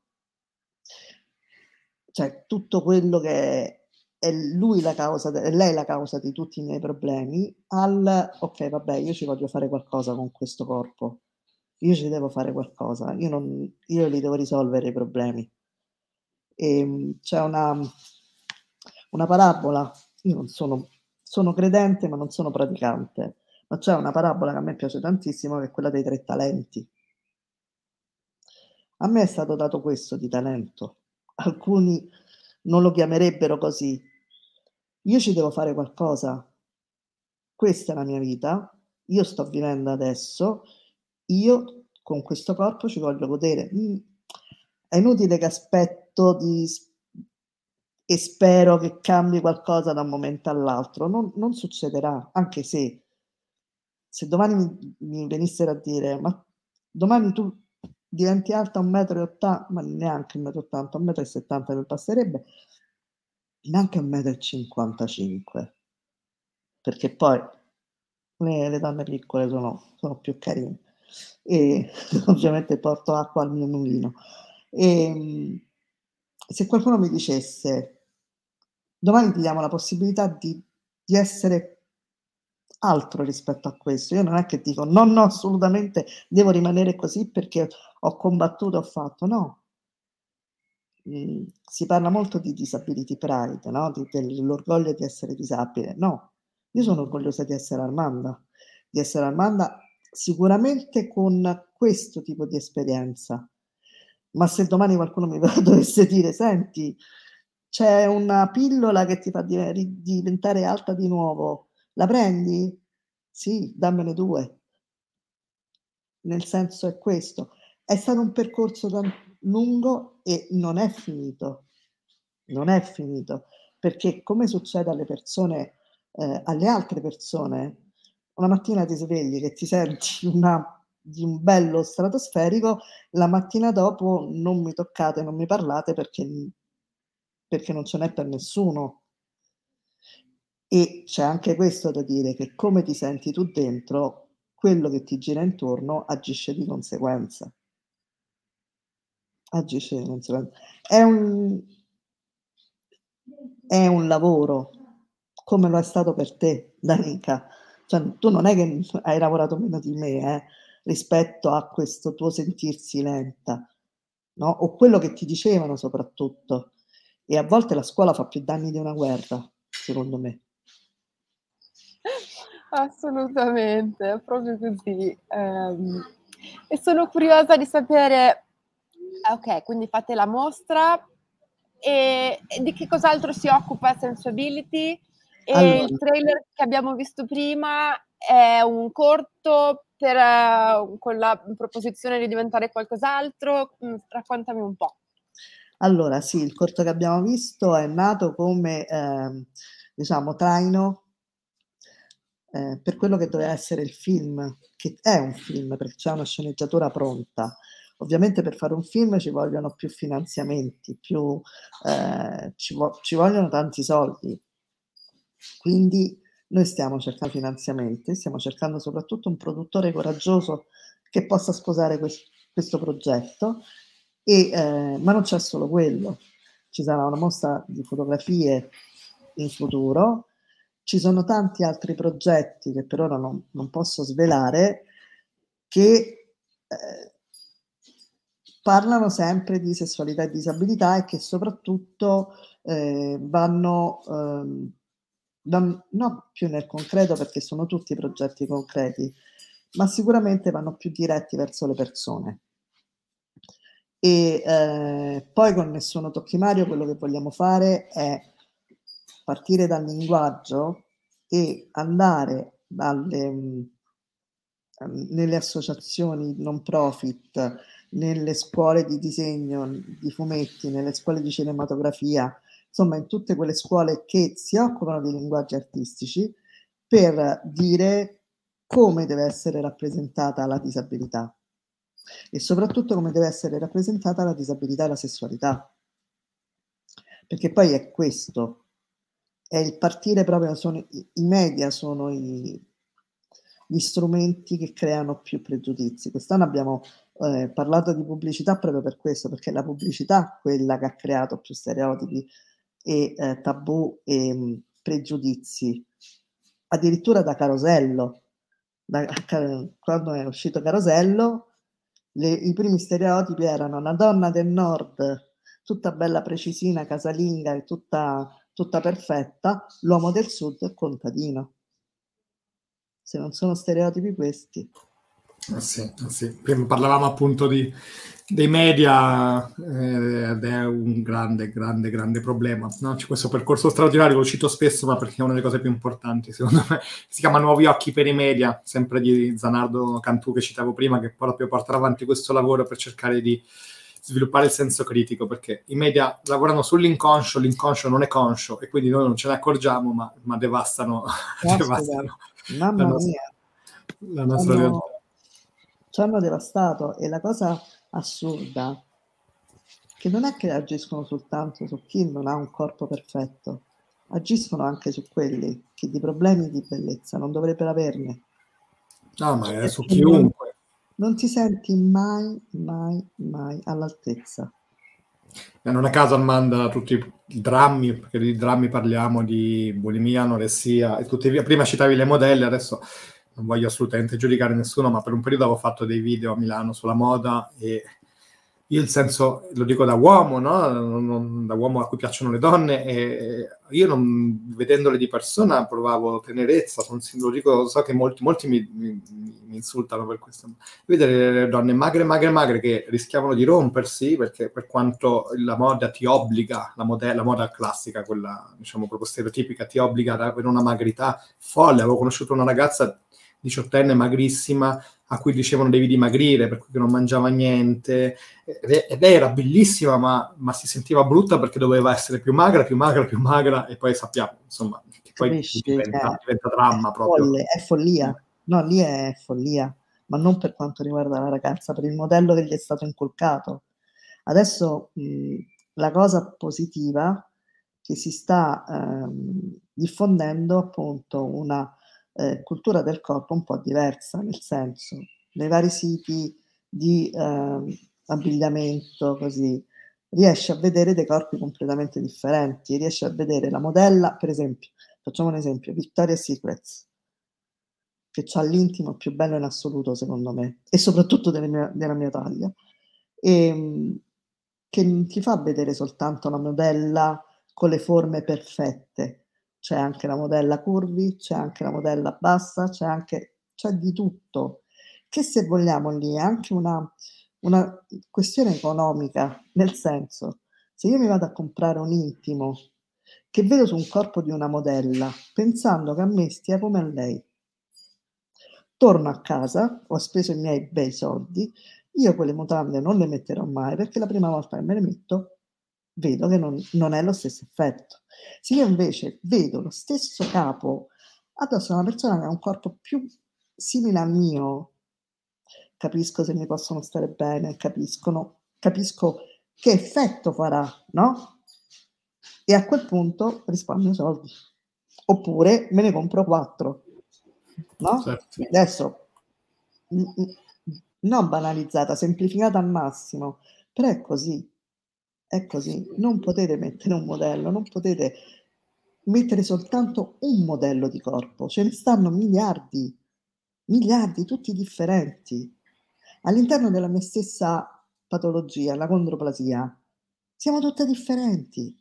S7: cioè tutto quello che è lui la causa, è lei la causa di tutti i miei problemi, ok, vabbè, io ci voglio fare qualcosa con questo corpo. Io ci devo fare qualcosa, io li devo risolvere i problemi. C'è una parabola, io non sono credente, ma non sono praticante, ma c'è una parabola che a me piace tantissimo, che è quella dei 3 talenti. A me è stato dato questo di talento, alcuni non lo chiamerebbero così. Io ci devo fare qualcosa. Questa è la mia vita, io sto vivendo adesso, io con questo corpo ci voglio godere. È inutile che aspetto e spero che cambi qualcosa da un momento all'altro. Non succederà, anche se domani mi venissero a dire: "Ma domani tu diventi alta 1,80 m", ma neanche 1,80 m, 1,70 m mi basterebbe, neanche 1,55 m, perché poi le donne piccole sono più carine e ovviamente porto acqua al mio mulino. Se qualcuno mi dicesse: "Domani ti diamo la possibilità di essere altro rispetto a questo", io non è che dico: "No, no, assolutamente devo rimanere così perché ho combattuto, ho fatto", no. Si parla molto di disability pride, no, dell'orgoglio di essere disabile. No, io sono orgogliosa di essere Armanda sicuramente con questo tipo di esperienza. Ma se domani qualcuno mi dovesse dire: "Senti, c'è una pillola che ti fa diventare alta di nuovo, la prendi?" Sì, dammene 2. Nel senso è questo. È stato un percorso lungo e non è finito. Non è finito, perché come succede alle persone, alle altre persone, una mattina ti svegli che ti senti di un bello stratosferico, la mattina dopo non mi toccate, non mi parlate perché non ce n'è per nessuno. E c'è anche questo da dire, che come ti senti tu dentro, quello che ti gira intorno agisce di conseguenza. Agisce di conseguenza. È un È un lavoro, come lo è stato per te, d'amica. Cioè, tu non è che hai lavorato meno di me, rispetto a questo tuo sentirsi lenta, no, o quello che ti dicevano soprattutto. E a volte la scuola fa più danni di una guerra, secondo me.
S2: Assolutamente, è proprio così. E sono curiosa di sapere okay, quindi fate la mostra e di che cos'altro si occupa Sensuability? E il
S7: Allora,
S2: trailer che abbiamo visto prima è un corto con la proposizione di diventare qualcos'altro? Raccontami un po'.
S7: Allora, sì, il corto che abbiamo visto è nato come, diciamo, traino per quello che doveva essere il film, che è un film, perché c'è una sceneggiatura pronta. Ovviamente per fare un film ci vogliono più finanziamenti, ci vogliono tanti soldi. Quindi noi stiamo cercando finanziamenti, stiamo cercando soprattutto un produttore coraggioso che possa sposare questo progetto, ma non c'è solo quello. Ci sarà una mostra di fotografie in futuro, ci sono tanti altri progetti che per ora non posso svelare, che parlano sempre di sessualità e disabilità e che soprattutto vanno non più nel concreto, perché sono tutti progetti concreti, ma sicuramente vanno più diretti verso le persone. E poi con Nessuno Tocchi Mario quello che vogliamo fare è partire dal linguaggio e andare nelle associazioni non profit, nelle scuole di disegno, di fumetti, nelle scuole di cinematografia, insomma in tutte quelle scuole che si occupano di linguaggi artistici, per dire come deve essere rappresentata la disabilità e soprattutto come deve essere rappresentata la disabilità e la sessualità. Perché poi è questo, è il partire proprio, i media sono gli strumenti che creano più pregiudizi. Quest'anno abbiamo parlato di pubblicità proprio per questo, perché è la pubblicità quella che ha creato più stereotipi e tabù e pregiudizi, addirittura da Carosello. Quando è uscito Carosello, i primi stereotipi erano una donna del nord, tutta bella precisina, casalinga e tutta perfetta, l'uomo del sud contadino. Se non sono stereotipi questi.
S1: Sì, sì. Prima parlavamo appunto dei media ed è un grande problema. No? C'è questo percorso straordinario, lo cito spesso, ma perché è una delle cose più importanti, secondo me. Si chiama Nuovi occhi per i media, sempre di Zanardo Cantù che citavo prima, che proprio porta avanti questo lavoro per cercare di sviluppare il senso critico, perché i media lavorano sull'inconscio, l'inconscio non è conscio e quindi noi non ce ne accorgiamo, ma devastano, devastano
S7: Mamma mia,
S1: la nostra realtà.
S7: ci hanno devastato. E la cosa assurda che non è che agiscono soltanto su chi non ha un corpo perfetto, agiscono anche su quelli che di problemi di bellezza non dovrebbero averne.
S1: No, ma è su
S7: Perché
S1: chiunque.
S7: non ti senti mai all'altezza.
S1: E non a caso manda tutti i drammi, perché di drammi parliamo di bulimia, anoressia e tutti via. Prima citavi le modelle, adesso non voglio assolutamente giudicare nessuno, ma per un periodo avevo fatto dei video a Milano sulla moda e io il senso, lo dico da uomo, no? Da uomo a cui piacciono le donne, e io vedendole di persona provavo tenerezza, lo dico, so che molti mi insultano per questo. Vedere le donne magre che rischiavano di rompersi, perché per quanto la moda ti obbliga, la moda classica, quella diciamo proprio stereotipica, ti obbliga ad avere una magrità folle. Avevo conosciuto una ragazza 18enne magrissima a cui dicevano devi dimagrire, per cui non mangiava niente, ed era bellissima, ma si sentiva brutta perché doveva essere più magra, e poi sappiamo, insomma, che poi
S7: Capisci?
S1: diventa dramma proprio.
S7: È follia. No, lì è follia, ma non per quanto riguarda la ragazza, per il modello che gli è stato inculcato. Adesso la cosa positiva che si sta diffondendo appunto una cultura del corpo un po' diversa, nel senso, nei vari siti di abbigliamento, così, riesci a vedere dei corpi completamente differenti, riesci a vedere la modella, per esempio, facciamo un esempio, Victoria's Secret, che c'ha l'intimo più bello in assoluto secondo me, e soprattutto della mia taglia, che non ti fa vedere soltanto la modella con le forme perfette, c'è anche la modella curvy, c'è anche la modella bassa, c'è di tutto, che se vogliamo lì è anche una questione economica, nel senso, se io mi vado a comprare un intimo che vedo su un corpo di una modella, pensando che a me stia come a lei, torno a casa, ho speso i miei bei soldi, io quelle mutande non le metterò mai, perché la prima volta che me le metto vedo che non è lo stesso effetto. Se io invece vedo lo stesso capo addosso a una persona che ha un corpo più simile al mio, capisco se mi possono stare bene, capisco che effetto farà, no? E a quel punto risparmio soldi. Oppure me ne compro 4, no?
S1: Certo.
S7: Adesso, non banalizzata, semplificata al massimo, però è così. È così. Non potete mettere un modello, non potete mettere soltanto un modello di corpo, ce ne stanno miliardi, tutti differenti. All'interno della mia stessa patologia, la condroplasia, siamo tutte differenti.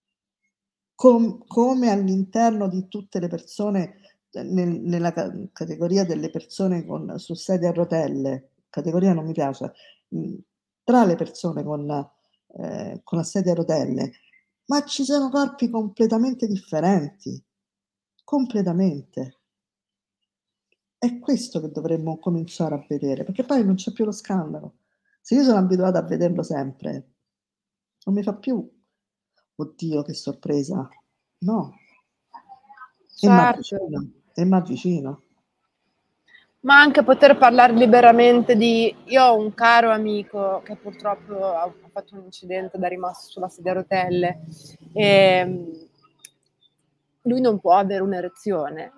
S7: Come all'interno di tutte le persone, nella categoria delle persone su sedia a rotelle, categoria non mi piace, tra le persone con la sedia a rotelle, ma ci sono corpi completamente differenti, completamente. È questo che dovremmo cominciare a vedere, perché poi non c'è più lo scandalo. Se io sono abituata a vederlo sempre, non mi fa più "Oddio che sorpresa", no. E
S2: Certo.
S7: m'avvicino.
S2: Ma anche poter parlare liberamente di io ho un caro amico che purtroppo ha fatto un incidente ed è rimasto sulla sedia a rotelle, lui non può avere un'erezione,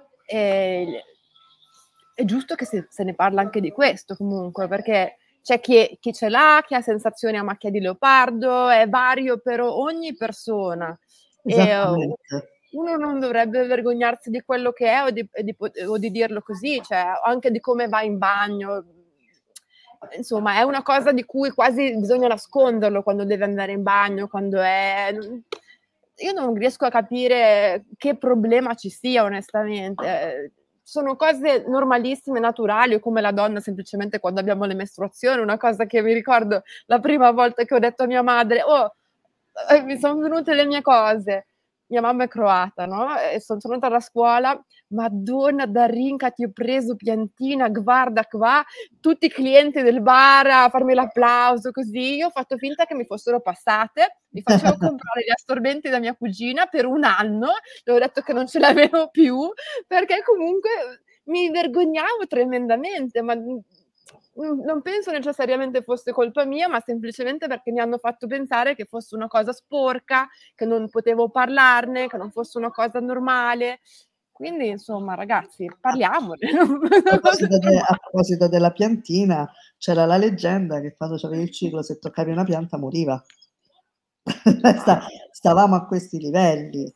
S2: è giusto che se ne parla anche di questo comunque, perché c'è chi ce l'ha, chi ha sensazioni a macchia di leopardo, è vario per ogni persona.
S7: Esattamente.
S2: Uno non dovrebbe vergognarsi di quello che è o di dirlo così, cioè anche di come va in bagno. Insomma, è una cosa di cui quasi bisogna nasconderlo quando deve andare in bagno, quando è. Io non riesco a capire che problema ci sia, onestamente. Sono cose normalissime, naturali, o come la donna semplicemente quando abbiamo le mestruazioni, una cosa che mi ricordo la prima volta che ho detto a mia madre: "Oh, mi son venute le mie cose." Mia mamma è croata, no, e son tornata alla scuola: "Madonna Darinka, ti ho preso piantina, guarda qua." Tutti i clienti del bar a farmi l'applauso, così. Io ho fatto finta che mi fossero passate, mi facevo comprare gli assorbenti da mia cugina per 1 anno, le ho detto che non ce l'avevo più, perché comunque mi vergognavo tremendamente, ma, non penso necessariamente fosse colpa mia, ma semplicemente perché mi hanno fatto pensare che fosse una cosa sporca, che non potevo parlarne, che non fosse una cosa normale. Quindi insomma ragazzi, parliamone.
S7: A proposito della piantina, c'era la leggenda che quando c'avevi il ciclo, se toccavi una pianta moriva. Stavamo a questi livelli,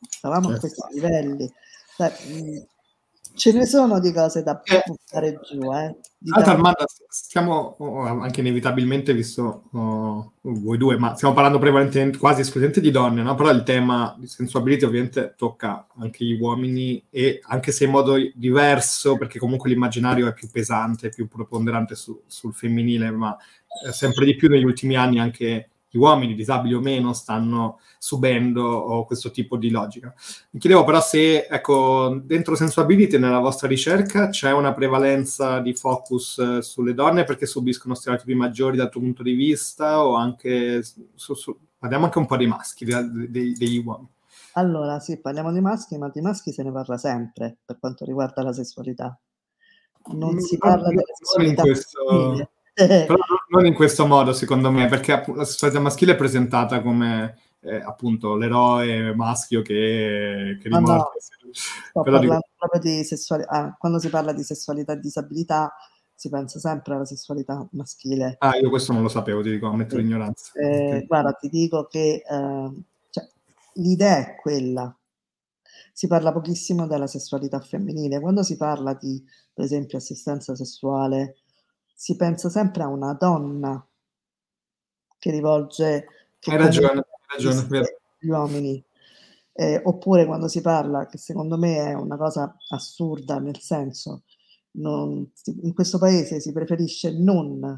S7: Cioè, ce ne sono di cose da buttare giù,
S1: Armando, stiamo anche inevitabilmente, visto voi due, ma stiamo parlando prevalentemente, quasi esclusivamente di donne, no? Però il tema di sensuality ovviamente tocca anche gli uomini, e anche se in modo diverso, perché comunque l'immaginario è più pesante, più preponderante sul femminile, ma sempre di più negli ultimi anni anche gli uomini, disabili o meno, stanno subendo questo tipo di logica. Mi chiedevo però se, ecco, dentro Sensuality, nella vostra ricerca, c'è una prevalenza di focus sulle donne perché subiscono stereotipi maggiori dal tuo punto di vista, o anche parliamo anche un po' dei maschi, degli uomini.
S7: Allora, sì, parliamo di maschi, ma di maschi se ne parla sempre per quanto riguarda la sessualità. Non si parla della sessualità femminile.
S1: Però non in questo modo, secondo me, perché la sessualità maschile è presentata come appunto l'eroe maschio che rimorchia.
S7: Sto parlando proprio di sessualità. Quando si parla di sessualità e disabilità si pensa sempre alla sessualità maschile.
S1: Io questo non lo sapevo, ti dico, ammetto l'ignoranza.
S7: Guarda, ti dico che cioè, l'idea è quella. Si parla pochissimo della sessualità femminile. Quando si parla di, per esempio, assistenza sessuale, si pensa sempre a una donna che rivolge,
S1: Hai ragione,
S7: gli uomini. Oppure quando si parla, che secondo me è una cosa assurda, nel senso, in questo paese si preferisce non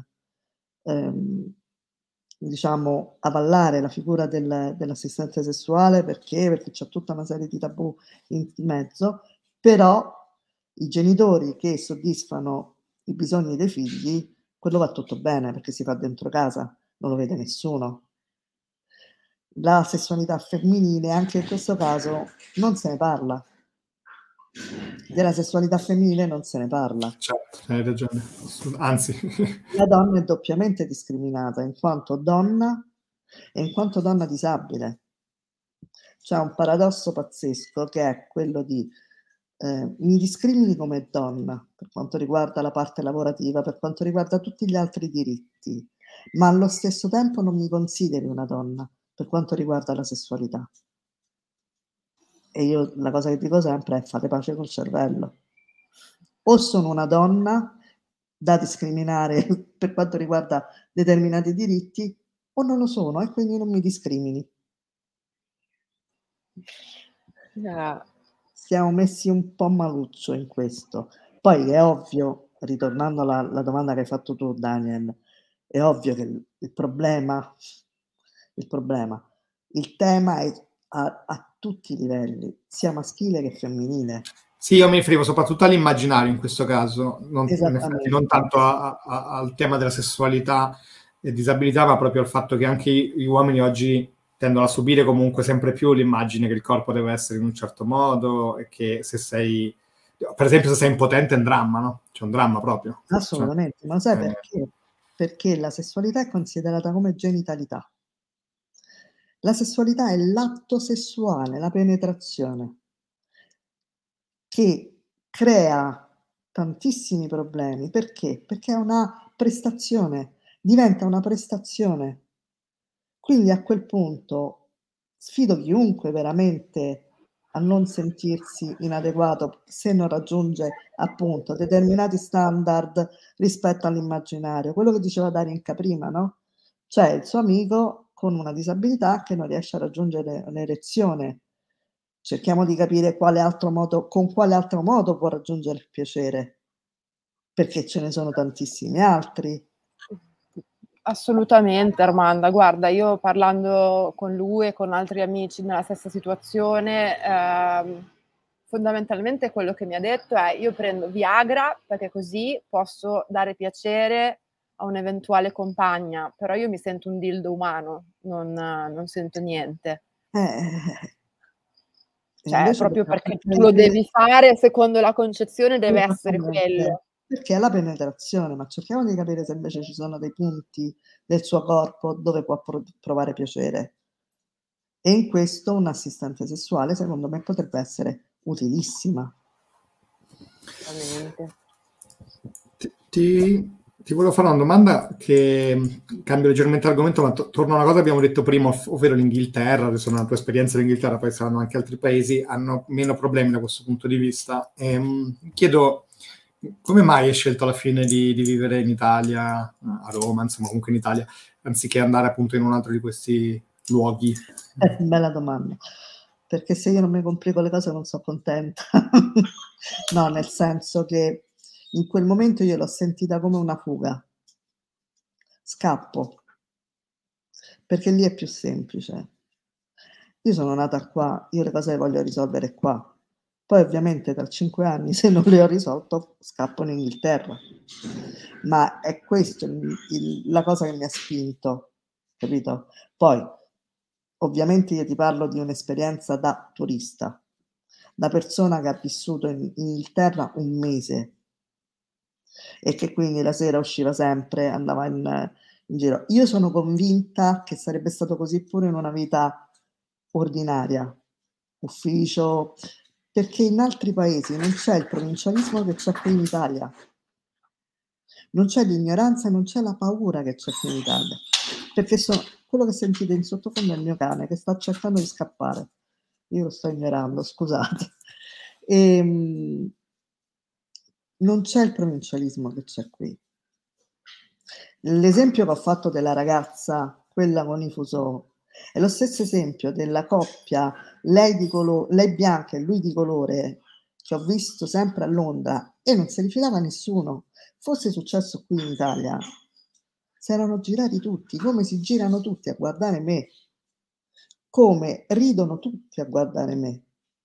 S7: diciamo avallare la figura dell'assistente sessuale perché c'è tutta una serie di tabù in mezzo, però i genitori che soddisfano i bisogni dei figli, quello va tutto bene perché si fa dentro casa, non lo vede nessuno. la sessualità femminile, anche in questo caso non se ne parla. Della sessualità femminile non se ne parla.
S1: Certo, hai ragione. Anzi,
S7: La donna è doppiamente discriminata in quanto donna e in quanto donna disabile. C'è un paradosso pazzesco che è quello di mi discrimini come donna per quanto riguarda la parte lavorativa, per quanto riguarda tutti gli altri diritti, ma allo stesso tempo non mi consideri una donna per quanto riguarda la sessualità. E io la cosa che dico sempre è: fate pace col cervello. O sono una donna da discriminare per quanto riguarda determinati diritti, o non lo sono, e quindi non mi discrimini. Siamo messi un po' maluccio in questo. Poi è ovvio, ritornando alla domanda che hai fatto tu, Daniel, è ovvio che il problema, il tema è a tutti i livelli, sia maschile che femminile.
S1: sì, io mi riferivo soprattutto all'immaginario in questo caso, in effetti non tanto al tema della sessualità e disabilità, ma proprio al fatto che anche gli uomini oggi tendono a subire comunque sempre più l'immagine che il corpo deve essere in un certo modo e che se sei, per esempio, se sei impotente è un dramma, no? C'è un dramma proprio.
S7: Assolutamente, ma sai perché? Perché la sessualità è considerata come genitalità. La sessualità è l'atto sessuale, la penetrazione, che crea tantissimi problemi. Perché? Perché è una prestazione, diventa una prestazione. Quindi a quel punto sfido chiunque veramente a non sentirsi inadeguato se non raggiunge appunto determinati standard rispetto all'immaginario. Quello che diceva Darinka prima, no? Cioè il suo amico con una disabilità che non riesce a raggiungere l'erezione. Cerchiamo di capire con quale altro modo può raggiungere il piacere, perché ce ne sono tantissimi altri.
S2: Assolutamente, Armanda. Guarda, io parlando con lui e con altri amici nella stessa situazione, fondamentalmente quello che mi ha detto è: io prendo Viagra perché così posso dare piacere a un'eventuale compagna, però io mi sento un dildo umano, non sento niente. Cioè, proprio perché tu lo devi fare secondo la concezione, deve essere quello.
S7: Perché è la penetrazione, ma cerchiamo di capire se invece ci sono dei punti del suo corpo dove può provare piacere. E in questo un assistente sessuale, secondo me, potrebbe essere utilissima.
S1: Ti volevo fare una domanda che cambio leggermente argomento, ma torno a una cosa che abbiamo detto prima, ovvero l'Inghilterra. Adesso nella tua esperienza in Inghilterra, poi saranno anche altri paesi, hanno meno problemi da questo punto di vista. Chiedo, come mai hai scelto alla fine di vivere in Italia, a Roma, insomma comunque in Italia, anziché andare appunto in un altro di questi luoghi?
S7: Bella domanda, perché se io non mi complico le cose non sono contenta. No, nel senso che in quel momento io l'ho sentita come una fuga. Scappo, perché lì è più semplice. Io sono nata qua, io le cose le voglio risolvere qua. Poi ovviamente tra 5 anni, se non le ho risolto, scappo in Inghilterra. Ma è questo la cosa che mi ha spinto, capito? Poi, ovviamente io ti parlo di un'esperienza da turista, da persona che ha vissuto in Inghilterra un mese e che quindi la sera usciva sempre, andava in giro. Io sono convinta che sarebbe stato così pure in una vita ordinaria, ufficio, perché in altri paesi non c'è il provincialismo che c'è qui in Italia, non c'è l'ignoranza e non c'è la paura che c'è qui in Italia, perché quello che sentite in sottofondo è il mio cane che sta cercando di scappare, io lo sto ignorando, scusate. Non c'è il provincialismo che c'è qui. L'esempio che ho fatto della ragazza, quella con i fusò, è lo stesso esempio della coppia, lei bianca e lui di colore, che ho visto sempre a Londra e non se li filava nessuno. Fosse successo qui in Italia, si erano girati tutti, come si girano tutti a guardare me, come ridono tutti a guardare me.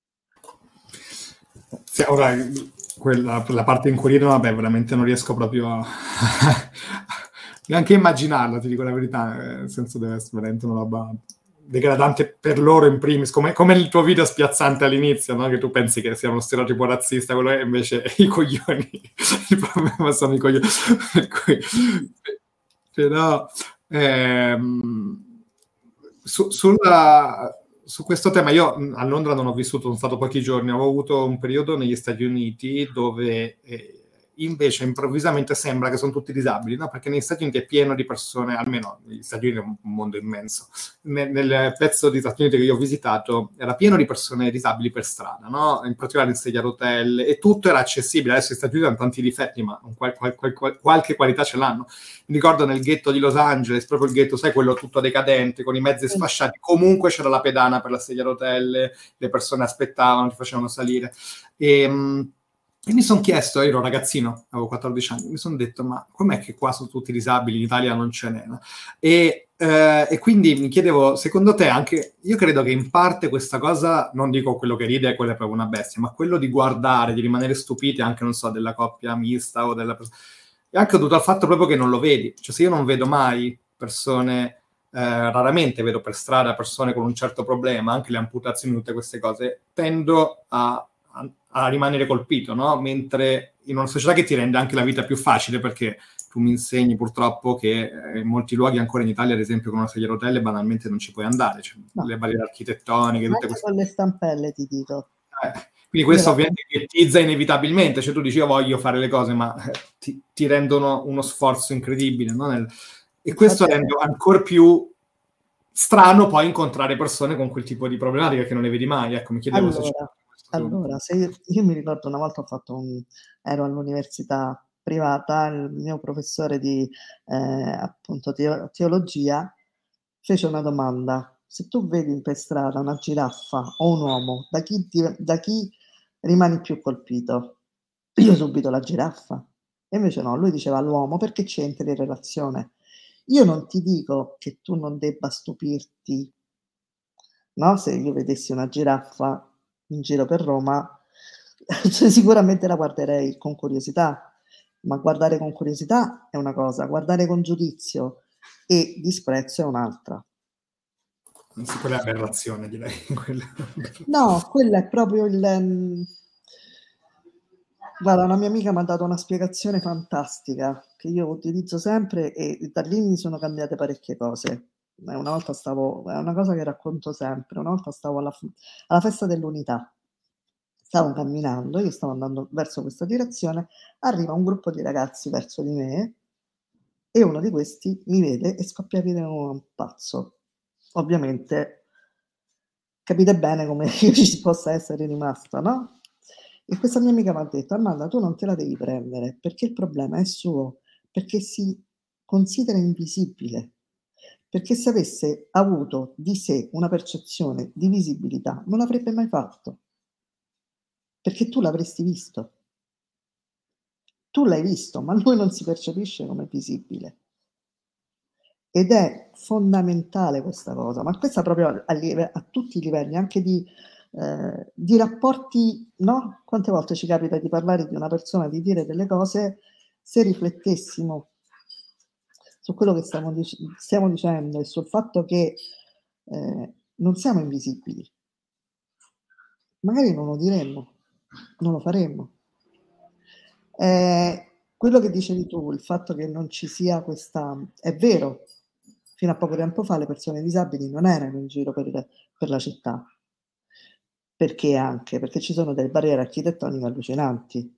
S1: Sì, ora, la parte in cui ridono, vabbè, veramente non riesco proprio a neanche immaginarla, ti dico la verità, nel senso deve essere veramente una roba degradante per loro in primis, come il tuo video spiazzante all'inizio, no? Che tu pensi che sia uno stereotipo razzista, quello è invece i coglioni, il problema sono i coglioni. Per cui, però su questo tema io a Londra non ho vissuto, sono stato pochi giorni, ho avuto un periodo negli Stati Uniti dove invece improvvisamente sembra che sono tutti disabili, no? Perché negli Stati Uniti è pieno di persone, almeno negli Stati Uniti è un mondo immenso, nel pezzo di Stati Uniti che io ho visitato era pieno di persone disabili per strada, no? In particolare in sedia a rotelle, e tutto era accessibile. Adesso gli Stati Uniti hanno tanti difetti, ma qualche qualità ce l'hanno. Mi ricordo nel ghetto di Los Angeles, proprio il ghetto, sai, quello tutto decadente, con i mezzi sfasciati, comunque c'era la pedana per la sedia a rotelle, le persone aspettavano, ti facevano salire. E mi sono chiesto, io ero ragazzino, avevo 14 anni, mi sono detto, ma com'è che qua sono tutti disabili, in Italia non ce n'è? No? E quindi mi chiedevo, secondo te anche, io credo che in parte questa cosa, non dico quello che ride, quello è proprio una bestia, ma quello di guardare, di rimanere stupiti anche, non so, della coppia mista o della persona, è anche dovuto al fatto proprio che non lo vedi. Cioè, se io non vedo mai persone, raramente vedo per strada persone con un certo problema, anche le amputazioni, tutte queste cose, tendo a rimanere colpito, no? Mentre in una società che ti rende anche la vita più facile, perché tu mi insegni purtroppo che in molti luoghi, ancora in Italia, ad esempio, con una sedia a rotelle banalmente non ci puoi andare, cioè,
S7: No.
S1: le barriere architettoniche, tutte
S7: Anche
S1: queste
S7: con le stampelle, ti dico.
S1: quindi questo ovviamente ghettizza inevitabilmente, cioè tu dici io voglio fare le cose, ma ti rendono uno sforzo incredibile, no? E questo rende ancora più strano poi incontrare persone con quel tipo di problematica che non le vedi mai. Ecco, mi chiedevo se c'è
S7: allora, se io mi ricordo una volta ero all'università privata, il mio professore di appunto teologia fece una domanda: se tu vedi per strada una giraffa o un uomo, da chi rimani più colpito? Io subito la giraffa. E invece no, lui diceva l'uomo perché c'entri in relazione. Io non ti dico che tu non debba stupirti, no? Se io vedessi una giraffa in giro per Roma, sicuramente la guarderei con curiosità, ma guardare con curiosità è una cosa, guardare con giudizio e disprezzo è un'altra.
S1: Anzi, quella è aberrazione, direi.
S7: No, quella è proprio guarda, una mia amica m'ha dato una spiegazione fantastica che io utilizzo sempre e da lì mi sono cambiate parecchie cose. Una volta è una cosa che racconto sempre, una volta stavo alla festa dell'unità. Stavo camminando, io stavo andando verso questa direzione, arriva un gruppo di ragazzi verso di me e uno di questi mi vede e scoppia a ridere come un pazzo. Ovviamente capite bene come io ci possa essere rimasta, no? E questa mia amica m'ha detto: "Armanda, tu non te la devi prendere, perché il problema è suo, perché si considera invisibile. Perché se avesse avuto di sé una percezione di visibilità, non l'avrebbe mai fatto. Perché tu l'avresti visto. Tu l'hai visto, ma lui non si percepisce come visibile." Ed è fondamentale questa cosa, ma questa proprio a tutti i livelli, anche di rapporti, no, quante volte ci capita di parlare di una persona, di dire delle cose, se riflettessimo su quello che stiamo dicendo e sul fatto che, non siamo invisibili, magari non lo diremmo, non lo faremmo. Quello che dicevi tu, il fatto che non ci sia questa è vero, fino a poco tempo fa le persone disabili non erano in giro per la città. Perché anche? Perché ci sono delle barriere architettoniche allucinanti.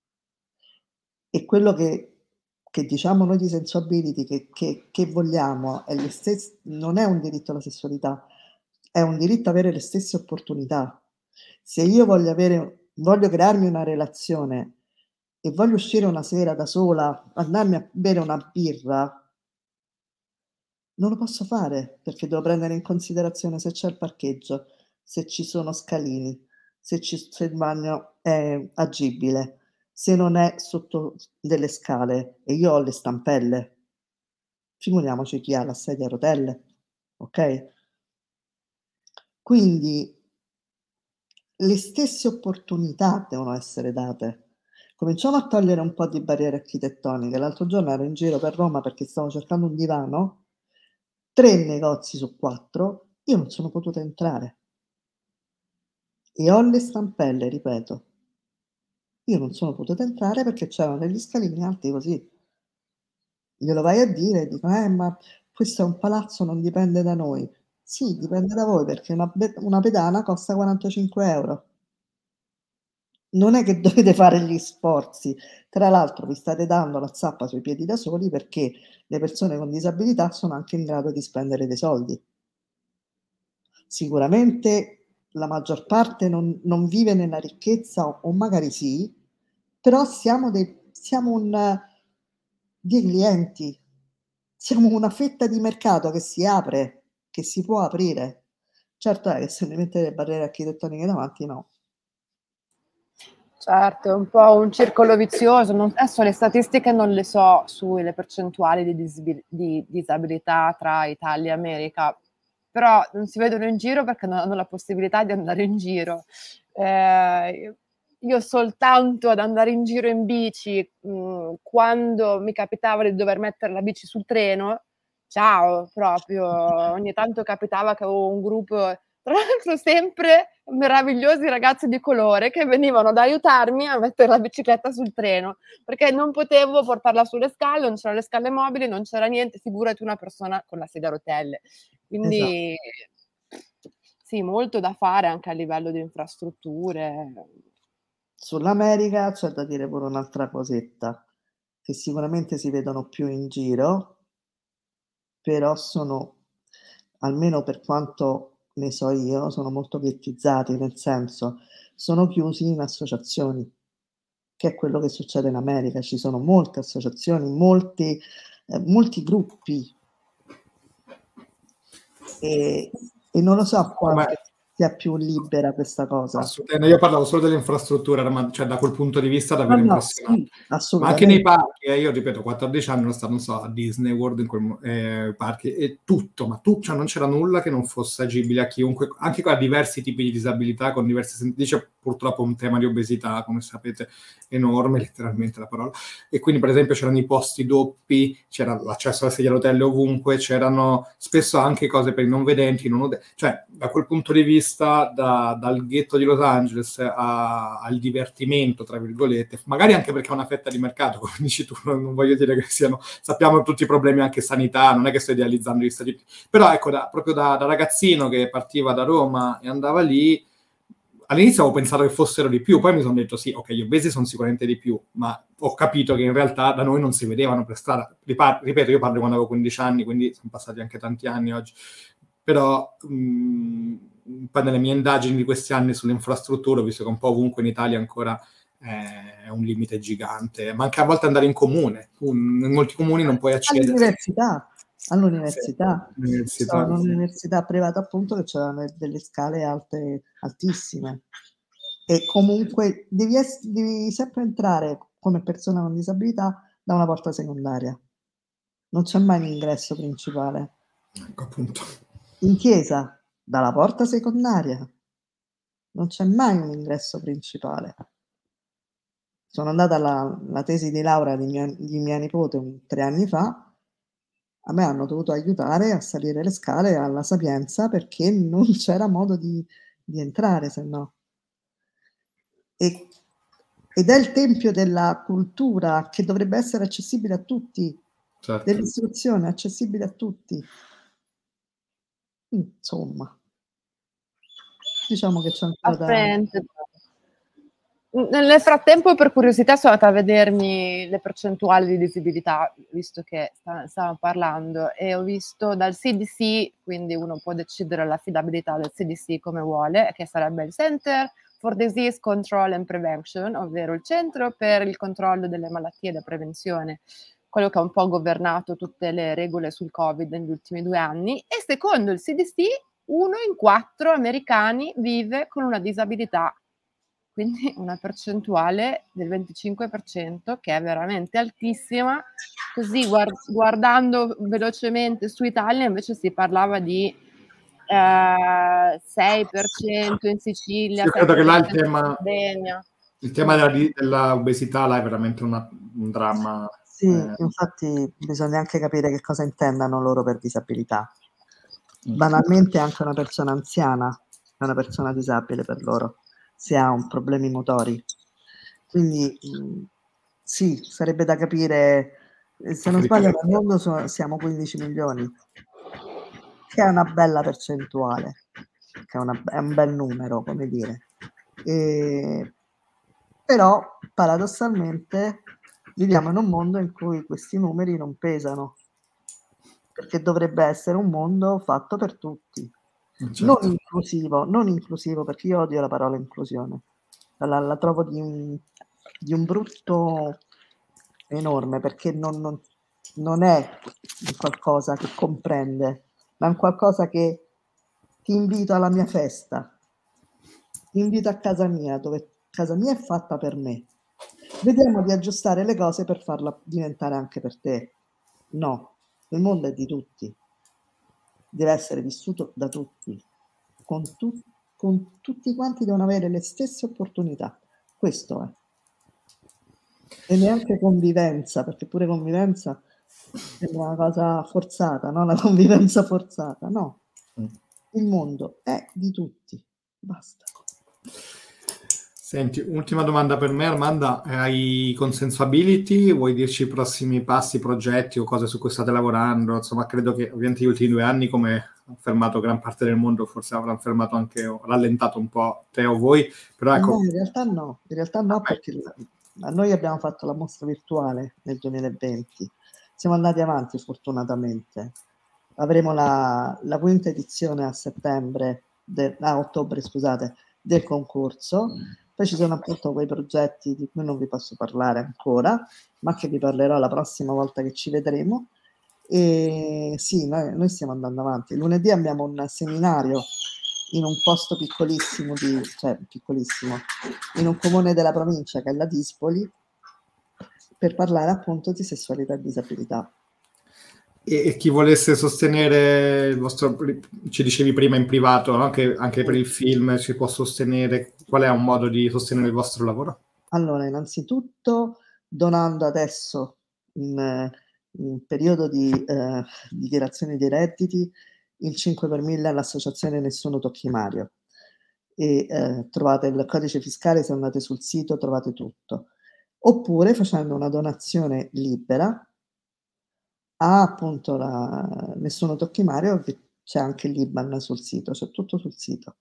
S7: E quello che diciamo noi di senso ability che vogliamo è non è un diritto alla sessualità, è un diritto avere le stesse opportunità. Se io voglio crearmi una relazione e voglio uscire una sera da sola, andarmi a bere una birra, non lo posso fare, perché devo prendere in considerazione se c'è il parcheggio, se ci sono scalini, se il bagno è agibile, se non è sotto delle scale e io ho le stampelle. Figuriamoci chi ha la sedia a rotelle, okay? Quindi le stesse opportunità devono essere date. Cominciamo a togliere un po' di barriere architettoniche. L'altro giorno ero in giro per Roma perché stavo cercando un divano, 3 negozi su 4 Io non sono potuta entrare e ho le stampelle, ripeto. Io non sono potuta entrare perché c'erano degli scalini alti così. Glielo vai a dire, dico: ma questo è un palazzo, non dipende da noi". Sì, dipende da voi perché una pedana costa 45 €. Non è che dovete fare gli sforzi. Tra l'altro vi state dando la zappa sui piedi da soli perché le persone con disabilità sono anche in grado di spendere dei soldi. Sicuramente la maggior parte non vive nella ricchezza o magari sì, però siamo dei clienti, siamo una fetta di mercato che si apre, che si può aprire. Certo è che se mi mette le barriere architettoniche davanti no.
S2: Certo, è un po' un circolo vizioso. Adesso le statistiche non le so sulle percentuali di disabilità tra Italia e America, però non si vedono in giro perché non hanno la possibilità di andare in giro. Io soltanto ad andare in giro in bici, quando mi capitava di dover mettere la bici sul treno, ciao, proprio. Ogni tanto capitava che avevo un gruppo, tra l'altro sempre meravigliosi ragazzi di colore che venivano ad aiutarmi a mettere la bicicletta sul treno, perché non potevo portarla sulle scale, non c'erano le scale mobili, non c'era niente, figurati una persona con la sedia a rotelle. Quindi sì, molto da fare anche a livello di infrastrutture.
S7: Sull'America c'è da dire pure un'altra cosetta, che sicuramente si vedono più in giro, però sono, almeno per quanto ne so io, sono molto ghettizzati, nel senso, sono chiusi in associazioni, che è quello che succede in America. Ci sono molte associazioni, molti gruppi e non lo so quanto sia più libera questa cosa.
S1: Io parlavo solo delle infrastrutture, ma cioè da quel punto di vista davvero impressionante.
S7: Sì, assolutamente.
S1: Ma anche nei parchi, io ripeto, 14 anni ero stato, non so, a Disney World, in quei parchi, e tutto, cioè non c'era nulla che non fosse agibile a chiunque, anche a diversi tipi di disabilità, con diversi c'è purtroppo un tema di obesità, come sapete, enorme, letteralmente la parola, e quindi per esempio c'erano i posti doppi, c'era l'accesso alla sedia a rotelle ovunque, c'erano spesso anche cose per i non vedenti, cioè da quel punto di vista, dal ghetto di Los Angeles al divertimento, tra virgolette, magari anche perché è una fetta di mercato, come dici tu, non voglio dire che sappiamo tutti i problemi anche sanità, non è che sto idealizzando gli Stati Uniti, però ecco, proprio da ragazzino che partiva da Roma e andava lì, all'inizio avevo pensato che fossero di più, poi mi sono detto sì, ok, gli obesi sono sicuramente di più, ma ho capito che in realtà da noi non si vedevano per strada. Ripeto, io parlo quando avevo 15 anni, quindi sono passati anche tanti anni oggi. Però poi nelle mie indagini di questi anni sulle infrastrutture ho visto che un po' ovunque in Italia ancora è un limite gigante, ma anche a volte andare in comune. In molti comuni non puoi accedere.
S7: All'università.
S1: Sì,
S7: Sono un'università privata appunto che c'erano delle scale alte, altissime. E comunque devi sempre entrare come persona con disabilità da una porta secondaria. Non c'è mai l'ingresso principale.
S1: Ecco, appunto.
S7: In chiesa, dalla porta secondaria. Non c'è mai un ingresso principale. Sono andata alla tesi di laurea di mia nipote 3 anni fa. A me hanno dovuto aiutare a salire le scale alla Sapienza perché non c'era modo di entrare, se no. Ed è il tempio della cultura che dovrebbe essere accessibile a tutti,
S1: certo.
S7: Dell'istruzione accessibile a tutti. Insomma, diciamo che c'è ancora da...
S2: Nel frattempo, per curiosità, sono andata a vedermi le percentuali di disabilità, visto che stavamo parlando, e ho visto dal CDC, quindi uno può decidere l'affidabilità del CDC come vuole, che sarebbe il Center for Disease Control and Prevention, ovvero il centro per il controllo delle malattie e la prevenzione, quello che ha un po' governato tutte le regole sul Covid negli ultimi 2 anni, e secondo il CDC 1 in 4 americani vive con una disabilità. Quindi una percentuale del 25%, che è veramente altissima. Così guardando velocemente su Italia invece si parlava di 6% in Sicilia.
S1: Io credo che là il tema della obesità là è veramente un dramma.
S7: Sì, infatti bisogna anche capire che cosa intendano loro per disabilità. Banalmente anche una persona anziana è una persona disabile per loro, se ha problemi motori. Quindi sì, sarebbe da capire, se non sbaglio nel mondo siamo 15 milioni, che è una bella percentuale, che è un bel numero, come dire. Però paradossalmente viviamo in un mondo in cui questi numeri non pesano, perché dovrebbe essere un mondo fatto per tutti, non inclusivo, perché io odio la parola inclusione, la trovo di un brutto enorme, perché non è un qualcosa che comprende, ma è un qualcosa che ti invito alla mia festa, ti invito a casa mia, dove casa mia è fatta per me. Vediamo di aggiustare le cose per farla diventare anche per te. No, il mondo è di tutti, deve essere vissuto da tutti, con tutti quanti devono avere le stesse opportunità. Questo è. E neanche convivenza, perché pure convivenza sembra una cosa forzata, no? La convivenza forzata, no. Il mondo è di tutti, basta.
S1: Senti, ultima domanda per me, Armanda. Hai Consensuality? Vuoi dirci i prossimi passi, progetti o cose su cui state lavorando? Insomma, credo che ovviamente gli ultimi 2 anni, come ha fermato gran parte del mondo, forse avranno fermato anche o rallentato un po' te o voi, però ecco...
S7: No, in realtà no, perché noi abbiamo fatto la mostra virtuale nel 2020, siamo andati avanti fortunatamente. Avremo la quinta edizione a ottobre, scusate, del concorso. Poi ci sono appunto quei progetti di cui non vi posso parlare ancora, ma che vi parlerò la prossima volta che ci vedremo. E sì, noi stiamo andando avanti. Lunedì abbiamo un seminario in un posto piccolissimo, in un comune della provincia che è la Dispoli, per parlare appunto di sessualità e disabilità.
S1: E chi volesse sostenere il vostro, ci dicevi prima in privato, no? Che anche per il film ci può sostenere, qual è un modo di sostenere il vostro lavoro?
S7: Allora, innanzitutto donando adesso in periodo di dichiarazione dei redditi il 5 per 1000 all'associazione Nessuno Tocchi Mario. E trovate il codice fiscale, se andate sul sito trovate tutto. Oppure facendo una donazione libera a appunto Nessuno Tocchi Mario, c'è anche l'IBAN sul sito, c'è tutto sul sito.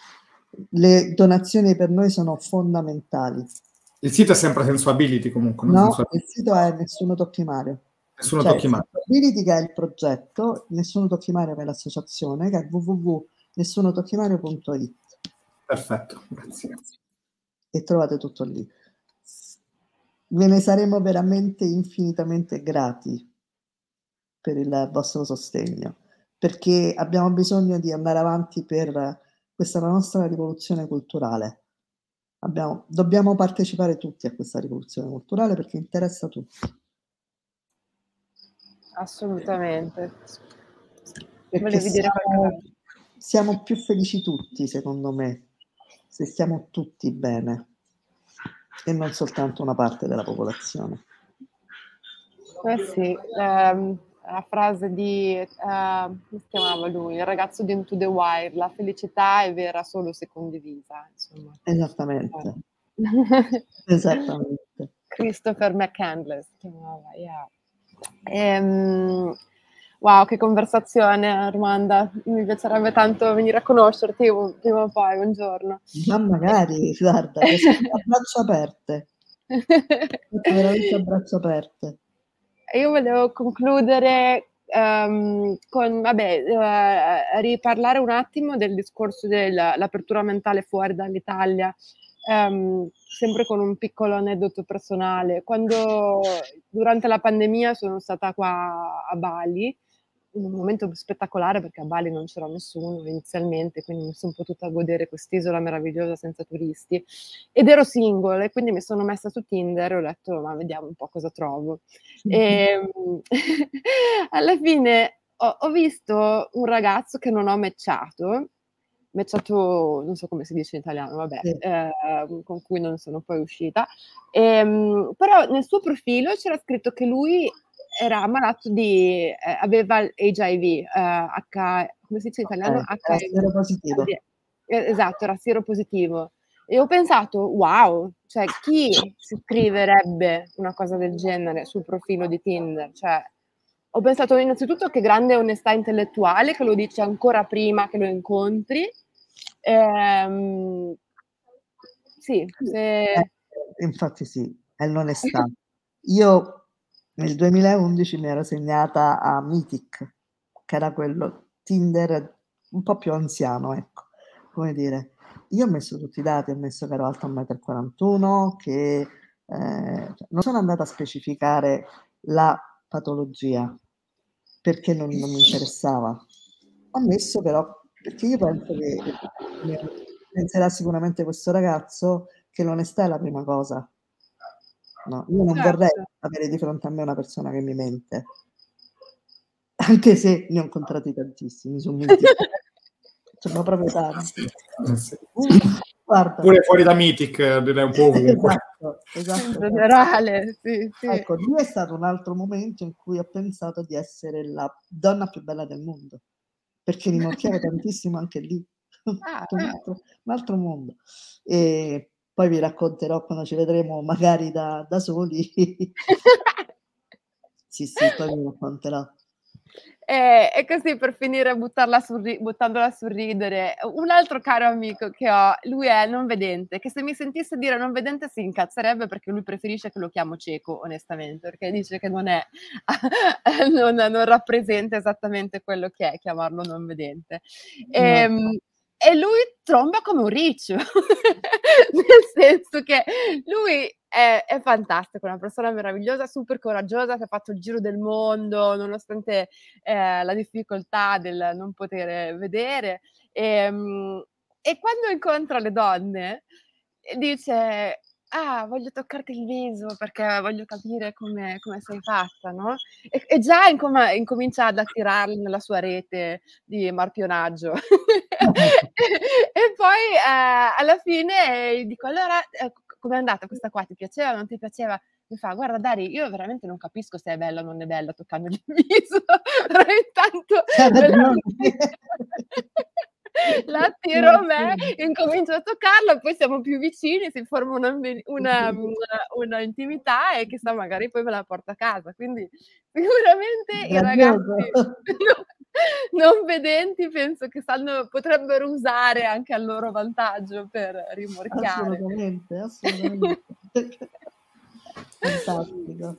S7: Le donazioni per noi sono fondamentali.
S1: Il sito è sempre Sensuality comunque, no?
S7: Il sito è Nessuno Tocchi Mario.
S1: Nessuno Tocchi Mario.
S7: Sensuality che è il progetto, Nessuno Tocchi Mario che è l'associazione, che è www.nessunotocchimario.it.
S1: Perfetto, grazie.
S7: E trovate tutto lì. Ve ne saremo veramente infinitamente grati per il vostro sostegno, perché abbiamo bisogno di andare avanti per questa la nostra rivoluzione culturale. Dobbiamo partecipare tutti a questa rivoluzione culturale perché interessa a tutti.
S2: Assolutamente.
S7: Perché siamo più felici tutti, secondo me, se stiamo tutti bene e non soltanto una parte della popolazione.
S2: Sì, la frase di, come si chiamava lui? Il ragazzo di Into the Wild, la felicità è vera solo se condivisa, insomma.
S7: Esattamente. Esattamente.
S2: Christopher McCandless si chiamava, yeah. Wow, che conversazione, Armanda. Mi piacerebbe tanto venire a conoscerti prima o poi, un giorno.
S7: Ma magari, guarda, a braccia aperte. Veramente a braccia aperte.
S2: Io volevo concludere con, riparlare un attimo del discorso dell'apertura mentale fuori dall'Italia, sempre con un piccolo aneddoto personale. Quando durante la pandemia sono stata qua a Bali, in un momento spettacolare perché a Bali non c'era nessuno inizialmente, quindi mi sono potuta godere quest'isola meravigliosa senza turisti ed ero single e quindi mi sono messa su Tinder e ho detto ma vediamo un po' cosa trovo. E alla fine ho visto un ragazzo che non ho matchato, non so come si dice in italiano, vabbè,
S7: Sì.
S2: con cui non sono poi uscita, però nel suo profilo c'era scritto che lui era malato di aveva l'HIV, come si dice in italiano?
S7: Era sieropositivo.
S2: Esatto, era sieropositivo. E ho pensato: "Wow, cioè chi si scriverebbe una cosa del genere sul profilo di Tinder?" Cioè, ho pensato innanzitutto che grande onestà intellettuale, che lo dice ancora prima che lo incontri. Sì, se
S7: Infatti sì, è l'onestà. Io nel 2011 mi ero segnata a Mythic, che era quello Tinder un po' più anziano, ecco, come dire. Io ho messo tutti i dati, ho messo che ero alta 1,41 m, che non sono andata a specificare la patologia, perché non mi interessava. Ho messo però, perché io penso che penserà sicuramente questo ragazzo che l'onestà è la prima cosa. No, io non vorrei
S2: certo.
S7: avere di fronte a me una persona che mi mente. Anche se ne ho incontrati tantissimi su Mythic. Sono proprio tanti.
S1: Sì.
S7: Guarda.
S1: Pure fuori da Mythic, direi un po' ovunque.
S2: In generale, sì.
S7: Ecco, lì è stato un altro momento in cui ho pensato di essere la donna più bella del mondo, perché rimorchiavo tantissimo anche lì. Un altro mondo. E poi vi racconterò quando ci vedremo magari da soli. Sì, poi vi racconterò.
S2: E così per finire buttandola sul ridere, un altro caro amico che ho, lui è non vedente, che se mi sentisse dire non vedente si incazzerebbe perché lui preferisce che lo chiamo cieco, onestamente, perché dice che non è non rappresenta esattamente quello che è chiamarlo non vedente. E lui tromba come un riccio, nel senso che lui è fantastico, è una persona meravigliosa, super coraggiosa, che ha fatto il giro del mondo nonostante la difficoltà del non poter vedere. E quando incontra le donne dice: "Ah, voglio toccarti il viso perché voglio capire come sei fatta", no, e già incomincia ad attirarli nella sua rete di marpionaggio. E poi, alla fine dico: "Allora, com'è andata questa qua? Ti piaceva, non ti piaceva?" Mi fa: "Guarda Dari, io veramente non capisco se è bella o non è bella toccandogli il viso, però intanto la attiro a me, incomincio a toccarla, poi siamo più vicini, si forma una intimità e chissà magari poi me la porto a casa." Quindi sicuramente i ragazzi non vedenti penso che potrebbero usare anche a loro vantaggio per rimorchiare.
S7: Assolutamente. Fantastico.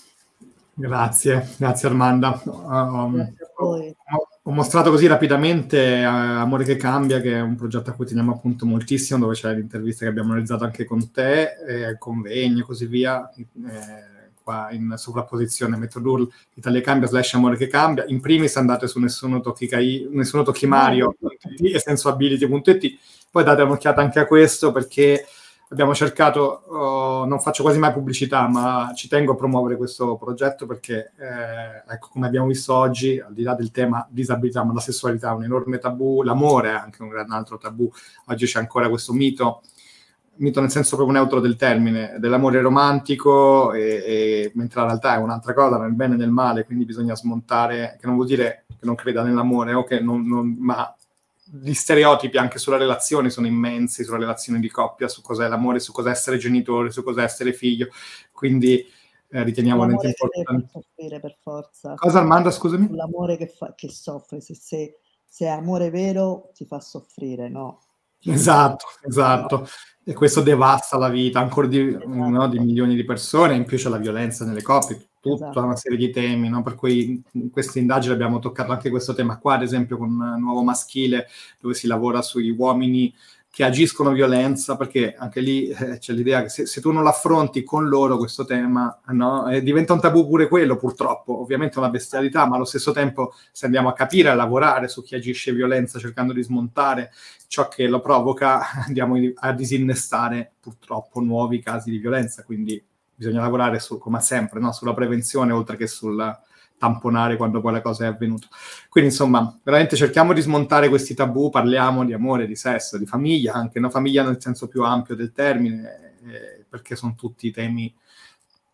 S1: Grazie Armanda.
S7: Grazie a voi.
S1: Ho mostrato così rapidamente Amore che cambia, che è un progetto a cui teniamo appunto moltissimo, dove c'è l'intervista che abbiamo realizzato anche con te, convegni e così via, qua in sovrapposizione metto l'URL Italia Cambia / Amore che cambia. In primis andate su nessuno tocchi Mario e sensuability.it, poi date un'occhiata anche a questo, perché abbiamo cercato, non faccio quasi mai pubblicità, ma ci tengo a promuovere questo progetto perché, ecco, come abbiamo visto oggi, al di là del tema disabilità, ma la sessualità è un enorme tabù, l'amore è anche un altro tabù. Oggi c'è ancora questo mito nel senso proprio neutro del termine, dell'amore romantico, mentre in realtà è un'altra cosa, nel bene e nel male, quindi bisogna smontare, che non vuol dire che non creda nell'amore, o che ma gli stereotipi anche sulla relazione sono immensi, sulla relazione di coppia, su cos'è l'amore, su cos'è essere genitore, su cos'è essere figlio, quindi riteniamo
S7: l'amore
S1: importante.
S7: che deve soffrire per forza.
S1: Cosa Armanda, scusami?
S7: L'amore che soffre, se è amore vero ti fa soffrire, no?
S1: Esatto. E questo devasta la vita ancora di milioni di persone, in più c'è la violenza nelle coppie, tutta una serie di temi, no? Per cui in questa indagine abbiamo toccato anche questo tema qua, ad esempio con Nuovo Maschile, dove si lavora sugli uomini che agiscono violenza, perché anche lì c'è l'idea che se tu non l'affronti con loro questo tema, no? Diventa un tabù pure quello, purtroppo, ovviamente è una bestialità, ma allo stesso tempo se andiamo a capire, a lavorare su chi agisce violenza cercando di smontare ciò che lo provoca, andiamo a disinnestare purtroppo nuovi casi di violenza, quindi bisogna lavorare come sempre, no? Sulla prevenzione oltre che sul tamponare quando poi la cosa è avvenuta. Quindi insomma, veramente cerchiamo di smontare questi tabù, parliamo di amore, di sesso, di famiglia, anche una famiglia nel senso più ampio del termine, perché sono tutti temi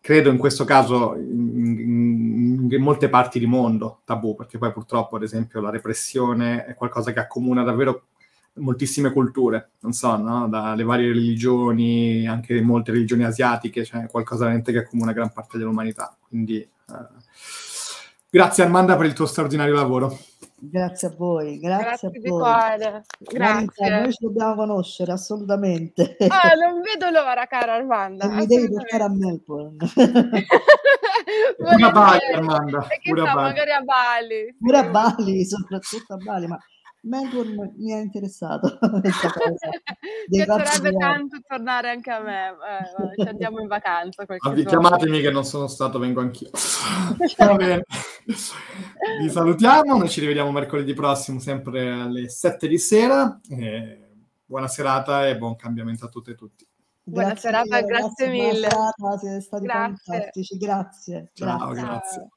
S1: credo in questo caso in molte parti di mondo tabù, perché poi purtroppo, ad esempio, la repressione è qualcosa che accomuna davvero moltissime culture, non so, no? Dalle varie religioni, anche molte religioni asiatiche, cioè qualcosa veramente che accomuna gran parte dell'umanità. Quindi grazie Armanda per il tuo straordinario lavoro.
S7: Grazie a voi, grazie a
S2: Grazie di
S7: voi.
S2: cuore.
S7: Marita,
S2: Grazie.
S7: noi ci dobbiamo conoscere assolutamente.
S2: Ah, non vedo l'ora, cara Armanda.
S7: E mi devi portare a Melbourne.
S1: Pure a Bali,
S2: Volentieri.
S1: Armanda,
S2: E
S1: pure a
S2: chissà,
S1: Bali.
S2: magari a Bali.
S7: Pure a Bali, soprattutto a Bali, ma Melbourne mi ha interessato questa cosa.
S2: Piacerebbe tanto tornare anche a me. Ci andiamo in vacanza qualche giorno.
S1: Chiamatemi che non sono stato, vengo anch'io. Va bene. Vi salutiamo, noi ci rivediamo mercoledì prossimo sempre alle 7 di sera. Buona serata e buon cambiamento a tutte e tutti.
S2: Buona serata, grazie mille.
S7: Buona serata, siete stati
S2: Grazie.
S7: fantastici, grazie.
S1: Ciao,
S7: grazie.
S1: grazie.